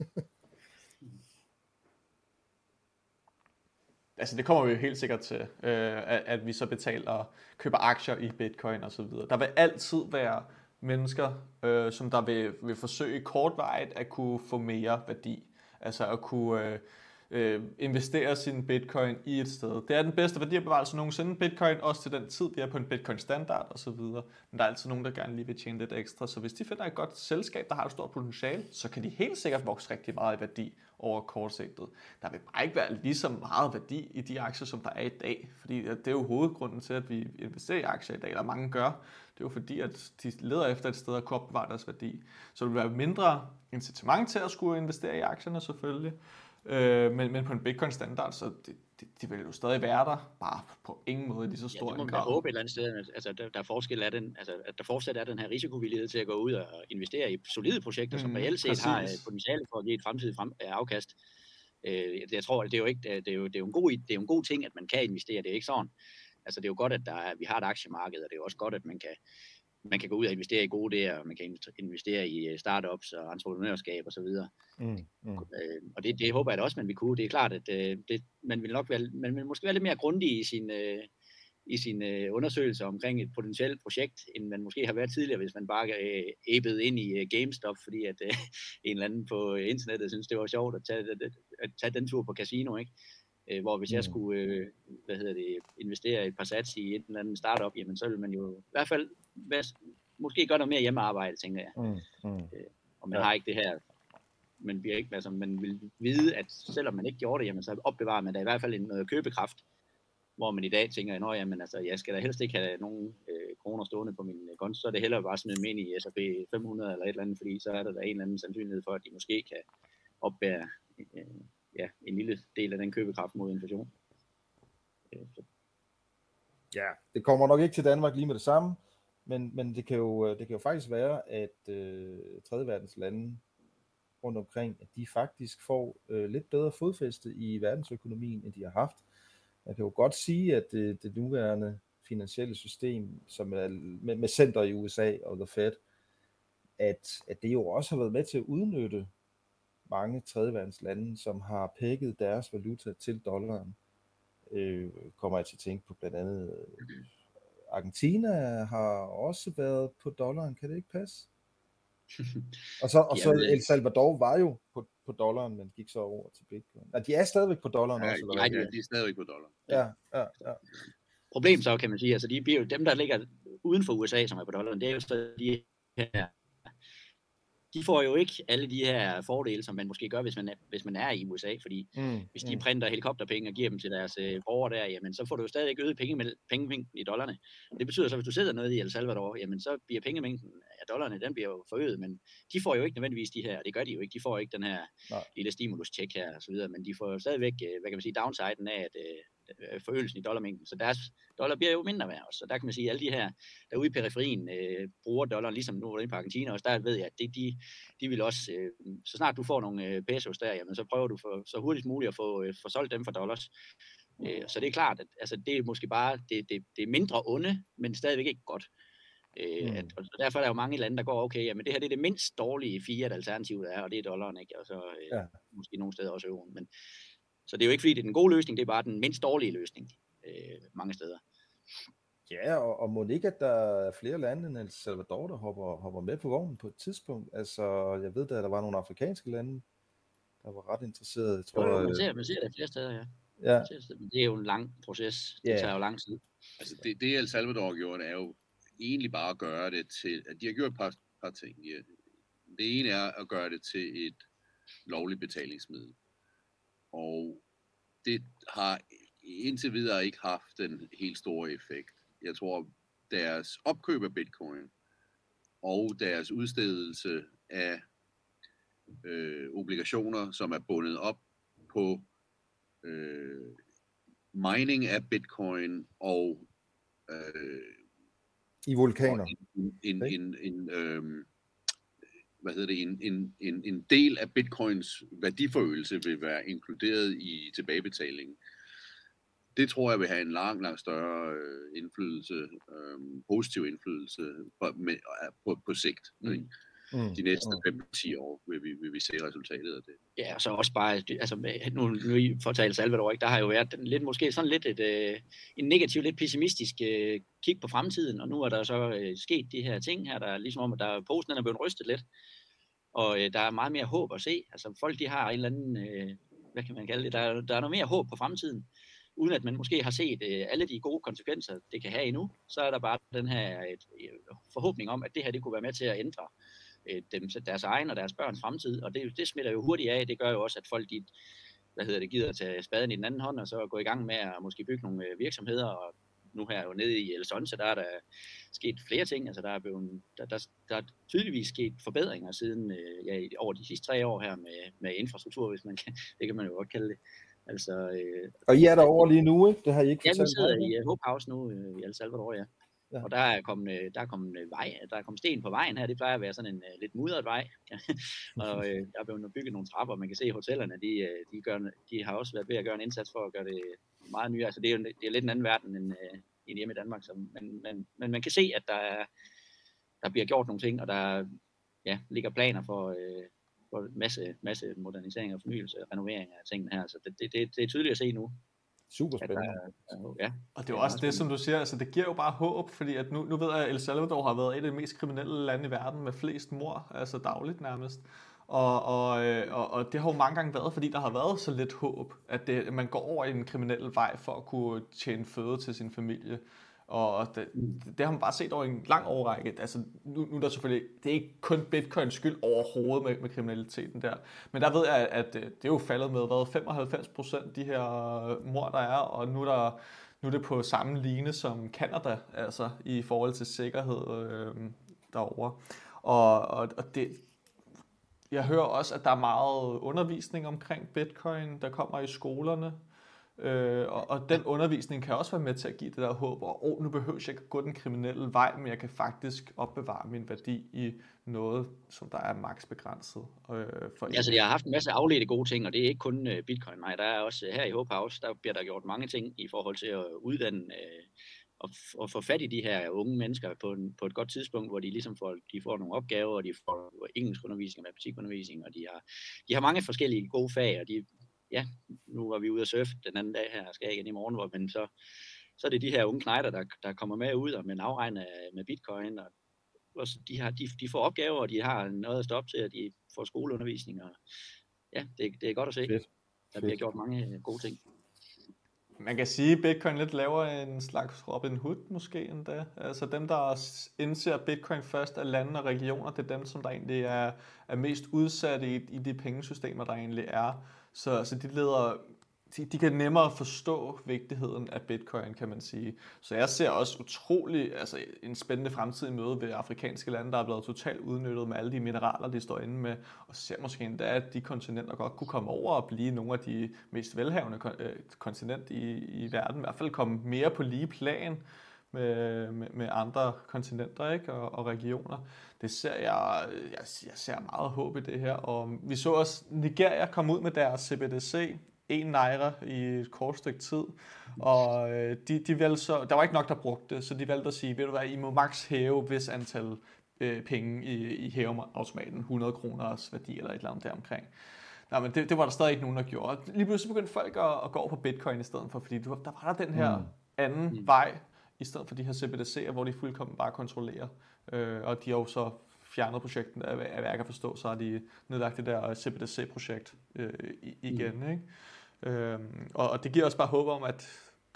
Speaker 1: Altså det kommer vi jo helt sikkert til, at vi så betaler, køber aktier i bitcoin og så videre. Der vil altid være mennesker, som der vil forsøge kortvarigt at kunne få mere værdi. Altså at kunne investere sin bitcoin i et sted. Det er den bedste værdibevarelse nogensinde. Bitcoin, også til den tid, vi er på en bitcoin standard og så videre. Men der er altid nogen, der gerne lige vil tjene lidt ekstra. Så hvis de finder et godt selskab, der har et stort potentiale, så kan de helt sikkert vokse rigtig meget i værdi over kortsigtet. Der vil bare ikke være lige så meget værdi i de aktier, som der er i dag. Fordi det er jo hovedgrunden til, at vi investerer i aktier i dag, eller mange gør. Det er jo fordi, at de leder efter et sted at kunne opbevare deres værdi. Så det vil være mindre incitament til at skulle investere i aktierne selvfølgelig. Men på en bitcoin-standard, så de vil jo stadig være der, bare på ingen måde lige så stor en grad.
Speaker 4: Ja, det må man håbe et eller andet sted, altså der forskel er den, altså at der fortsat er den her risikovillighed til at gå ud og investere i solide projekter, som reelt set har potentiale for at give et fremtidigt afkast. Jeg tror, det er jo en god ting, at man kan investere. Det er ikke sådan. Altså det er jo godt, at vi har et aktiemarked, og det er jo også godt, at man kan man kan gå ud og investere i gode der, og man kan investere i startups og entreprenørskab og så videre. Og det håber jeg da også, man vil kunne. Det er klart, at man vil måske være lidt mere grundig i sine undersøgelser omkring et potentielt projekt, end man måske har været tidligere, hvis man bare æbede ind i GameStop, fordi at en eller anden på internettet synes, det var sjovt at tage den tur på casino, ikke? Hvor hvis jeg skulle investere et par sats i et eller andet startup, jamen så ville man jo i hvert fald måske gøre noget mere hjemmearbejde, tænker jeg. Og man har ikke det her, man bliver ikke, altså man vil vide, at selvom man ikke gjorde det, jamen så opbevarer man da i hvert fald noget købekraft, hvor man i dag tænker, jamen altså, jeg skal da helst ikke have nogen kroner stående på min konto, så er det hellere bare smide dem ind i S&P 500 eller et eller andet, fordi så er der en eller anden sandsynlighed for, at de måske kan opbære en lille del af den købekraft mod inflation.
Speaker 2: Ja, det kommer nok ikke til Danmark lige med det samme, men det kan jo faktisk være, at tredje verdens lande rundt omkring, at de faktisk får lidt bedre fodfæste i verdensøkonomien, end de har haft. Man kan jo godt sige, at det nuværende finansielle system, som er med center i USA og The Fed, at det jo også har været med til at udnytte mange tredjeverdens lande, som har pækket deres valuta til dollaren. Kommer jeg til at tænke på blandt andet Argentina har også været på dollaren, kan det ikke passe? Og så El Salvador var jo på dollaren, men gik så over til bitcoin. Nej, de er stadigvæk på dollaren også.
Speaker 3: Nej, de er stadigvæk på dollaren.
Speaker 2: Ja.
Speaker 4: Problem så, kan man sige, altså dem, der ligger uden for USA, som er på dollaren, det er jo så de her, de får jo ikke alle de her fordele, som man måske gør, hvis man er i USA, fordi hvis de printer helikopterpenge og giver dem til deres borgere der, jamen så får du jo stadig øget pengemængden i dollarne. Det betyder så, hvis du sidder noget i El Salvador, jamen så bliver pengemængden af dollarne, den bliver jo forøget, men de får jo ikke nødvendigvis de her, det gør de jo ikke, de får ikke den her lille stimulus-check her og så videre, men de får jo stadigvæk, hvad kan man sige, downsiden af forøgelsen i dollarmængden, så deres dollar bliver jo mindre værd også, så der kan man sige, at alle de her, der ude i periferien, bruger dollaren, ligesom nu inde på Argentina også, der ved jeg, at de vil også, så snart du får nogle pesos der, jamen så prøver du så hurtigt muligt at få solgt dem for dollars. Så det er klart, at altså, det er måske bare, det er mindre onde, men stadigvæk ikke godt. Og derfor er der jo mange lande, der går, okay, jamen det her det er det mindst dårlige fiat alternativ, der er, og det er dollaren, ikke? Og så måske nogle steder også euroen, men så det er jo ikke fordi, det er den gode løsning, det er bare den mindst dårlige løsning mange steder.
Speaker 2: Ja, og må ikke, at der er flere lande end El Salvador, der hopper med på vognen på et tidspunkt? Altså, jeg ved da, at der var nogle afrikanske lande, der var ret interesserede. Jeg tror,
Speaker 4: man ser det flere steder, ja. Det er jo en lang proces. Det tager jo lang tid.
Speaker 3: Altså, det El Salvador har gjort, er jo egentlig bare at gøre det til, at de har gjort et par ting. Det ene er at gøre det til et lovligt betalingsmiddel. Og det har indtil videre ikke haft en helt stor effekt. Jeg tror, deres opkøb af bitcoin og deres udstedelse af obligationer, som er bundet op på mining af bitcoin og
Speaker 2: i vulkaner.
Speaker 3: En del af bitcoins værdiforøgelse vil være inkluderet i tilbagebetalingen. Det tror jeg vil have en langt større indflydelse, positiv indflydelse på sigt. De næste 5-10 år vil vi se resultatet af det.
Speaker 4: Ja, og så også bare, altså nu i fortalt Salvador, ikke, der har jo været lidt, måske sådan lidt en negativ, lidt pessimistisk kig på fremtiden, og nu er der så sket de her ting her, der er ligesom om, at posen er blevet rystet lidt, og der er meget mere håb at se. Altså folk, de har en eller anden, hvad kan man kalde det, der er noget mere håb på fremtiden, uden at man måske har set alle de gode konsekvenser, det kan have endnu, så er der bare den her forhåbning om, at det her det kunne være med til at ændre deres egen og deres børns fremtid, og det smitter jo hurtigt af. Det gør jo også, at folk gider at tage spaden i den anden hånd, og så gå i gang med at måske bygge nogle virksomheder, og nu her jo nede i El Sonce, der er der sket flere ting, altså der er tydeligvis sket forbedringer siden over de sidste 3 år her med infrastruktur, hvis man kan, det kan man jo godt kalde det. Altså,
Speaker 2: og I er derovre lige nu, ikke? Det har I ikke fortalt.
Speaker 4: Ja, vi sidder i Hope House nu i El Salvador, ja. Og der er kommet sten på vejen her. Det plejer at være sådan en lidt mudret vej. Og der er blevet bygget nogle trapper. Man kan se, at hotellerne de har også været ved at gøre en indsats for at gøre det meget nyere. Altså det er lidt en anden verden end hjemme i Danmark. Men man kan se, at der bliver gjort nogle ting, og der ligger planer for en masse modernisering og fornyelse og renovering af tingene her. Så det er tydeligt at se nu.
Speaker 2: Super spændende.
Speaker 1: Og det er jo også det, som du siger, altså det giver jo bare håb, fordi at nu ved jeg, at El Salvador har været et af de mest kriminelle lande i verden med flest mord, altså dagligt nærmest. Og det har jo mange gange været, fordi der har været så lidt håb, at man går over i en kriminel vej for at kunne tjene føde til sin familie. Og det har man bare set over en lang årrække. Altså, nu er der selvfølgelig, det er ikke kun Bitcoins skyld overhovedet med kriminaliteten der. Men der ved jeg, at det er jo faldet med 95% de her mord, der er, og nu er det på samme ligne som Canada, altså i forhold til sikkerhed derovre. Og det, jeg hører også, at der er meget undervisning omkring Bitcoin, der kommer i skolerne. Og den undervisning kan også være med til at give det der håb, og nu behøver jeg ikke at gå den kriminelle vej, men jeg kan faktisk opbevare min værdi i noget, som der er maksbegrænset.
Speaker 4: Altså jeg har haft en masse afledte gode ting, og det er ikke kun Bitcoin. Nej, der er også her i Hope House, der bliver der gjort mange ting i forhold til at uddanne og få fat i de her unge mennesker på et godt tidspunkt, hvor de ligesom får nogle opgaver, og de får engelskundervisning og matematikundervisning, og de har mange forskellige gode fag, og nu var vi ude at surfe den anden dag her, skal jeg igen i morgen, men så er det de her unge knejder, der kommer med ud og med en afregn med Bitcoin, og de får opgaver, og de har noget at stå op til, og de får skoleundervisning, og det er godt at se.
Speaker 2: Fedt.
Speaker 4: Der bliver gjort mange gode ting.
Speaker 1: Man kan sige, at Bitcoin lidt laver en slags Robin Hood måske endda. Altså dem, der indser Bitcoin først af lande og regioner, det er dem, som der egentlig er mest udsatte i de pengesystemer, der egentlig er. Så de kan nemmere forstå vigtigheden af Bitcoin, kan man sige. Så jeg ser også en spændende fremtid i møde ved afrikanske lande, der er blevet totalt udnyttet med alle de mineraler, de står inde med, og ser måske endda, at de kontinenter godt kunne komme over og blive nogle af de mest velhavende kontinenter i verden, i hvert fald komme mere på lige plan med andre kontinenter, ikke? Og regioner. Det ser jeg ser meget håb i det her, og vi så også Nigeria komme ud med deres CBDC, 1 naira i et kort stykke tid, og de valgte så, der var ikke nok, der brugte det, så de valgte at sige, ved du hvad, I må maks hæve hvis antal penge i hæveautomaten, 100 kroners værdi eller et eller andet deromkring. Nej, men det var der stadig ikke nogen, der gjorde. Lige pludselig begyndte folk at gå over på Bitcoin i stedet for, fordi der var der den her anden vej, i stedet for de her CBDC'er, hvor de fuldkommen bare kontrollerer. Og de har jo så fjernet projekten, af hvad jeg kan forstå, så har de nedlagt det der CBDC-projekt igen. Ikke? Og det giver også bare håb om, at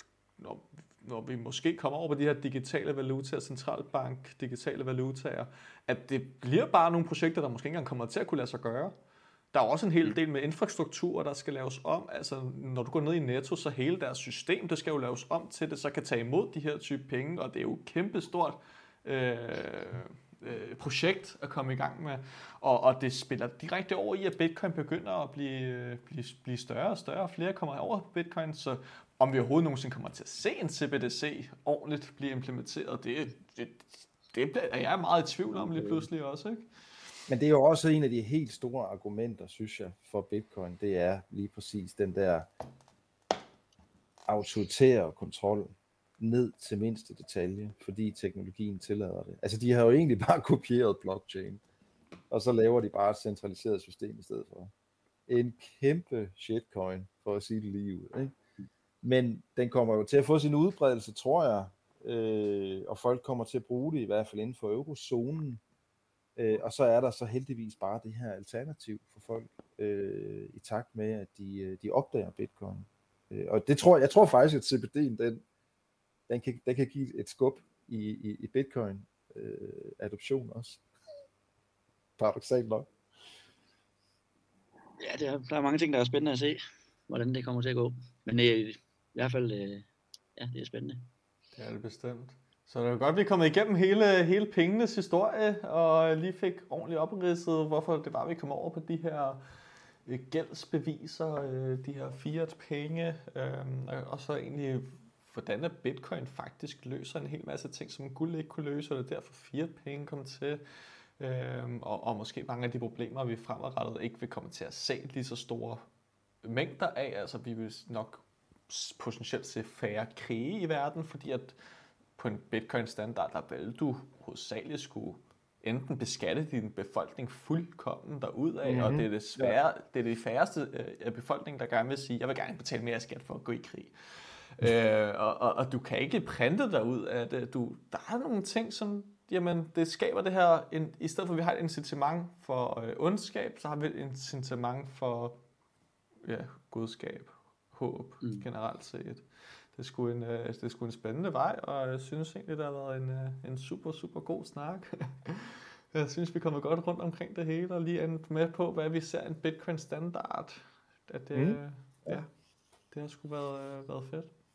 Speaker 1: når vi måske kommer over på de her digitale valutaer, centralbank, digitale valutaer, at det bliver bare nogle projekter, der måske ikke engang kommer til at kunne lade sig gøre. Der er også en hel del med infrastruktur, der skal laves om. Altså, når du går ned i Netto, så hele deres system, det skal jo laves om til det, så kan tage imod de her type penge, og det er jo et kæmpestort projekt at komme i gang med. Og det spiller direkte over i, at Bitcoin begynder at blive større og større, og flere kommer over på Bitcoin, så om vi overhovedet nogensinde kommer til at se en CBDC ordentligt blive implementeret, det er jeg meget i tvivl om lige pludselig også, ikke?
Speaker 2: Men det er jo også en af de helt store argumenter, synes jeg, for Bitcoin. Det er lige præcis den der autoritære kontrol ned til mindste detalje, fordi teknologien tillader det. Altså, de har jo egentlig bare kopieret blockchain, og så laver de bare et centraliseret system i stedet for. En kæmpe shitcoin, for at sige det lige ud, ikke? Men den kommer jo til at få sin udbredelse, tror jeg, og folk kommer til at bruge det, i hvert fald inden for eurozonen. Og så er der så heldigvis bare det her alternativ for folk, i takt med, at de opdager Bitcoin. Og jeg tror faktisk, at CBD'en, den kan give et skub i Bitcoin adoption også. Paradoksalt nok.
Speaker 4: Ja, der er mange ting, der er spændende at se, hvordan det kommer til at gå. Men i hvert fald, det er spændende.
Speaker 1: Det er det bestemt. Så det er godt, at vi er kommet igennem hele pengenes historie, og lige fik ordentligt opridset, hvorfor det var, vi kom over på de her gældsbeviser, de her fiat-penge, og så egentlig, hvordan at Bitcoin faktisk løser en hel masse ting, som guld ikke kunne løse, og det er derfor fiat-penge kom til, og måske mange af de problemer, vi fremadrettet ikke vil komme til at se lige så store mængder af. Altså, vi vil nok potentielt se færre krige i verden, fordi at på en Bitcoin-standard, der vil du hovedsageligt skulle enten beskatte din befolkning fuldkommen derudad, og det er det er de færreste af befolkningen, der gerne vil sige, jeg vil gerne betale mere skat for at gå i krig. Og du kan ikke printe dig ud af det. Der er nogle ting, som jamen, det skaber det her, i stedet for at vi har et incitament for ondskab, så har vi et incitament for godskab, håb generelt set. Det er sgu en spændende vej, og jeg synes egentlig, det har været en super, super god snak. Jeg synes, vi kommer godt rundt omkring det hele, og lige endt med på, hvad vi ser en Bitcoin standard. At det har sgu været fedt.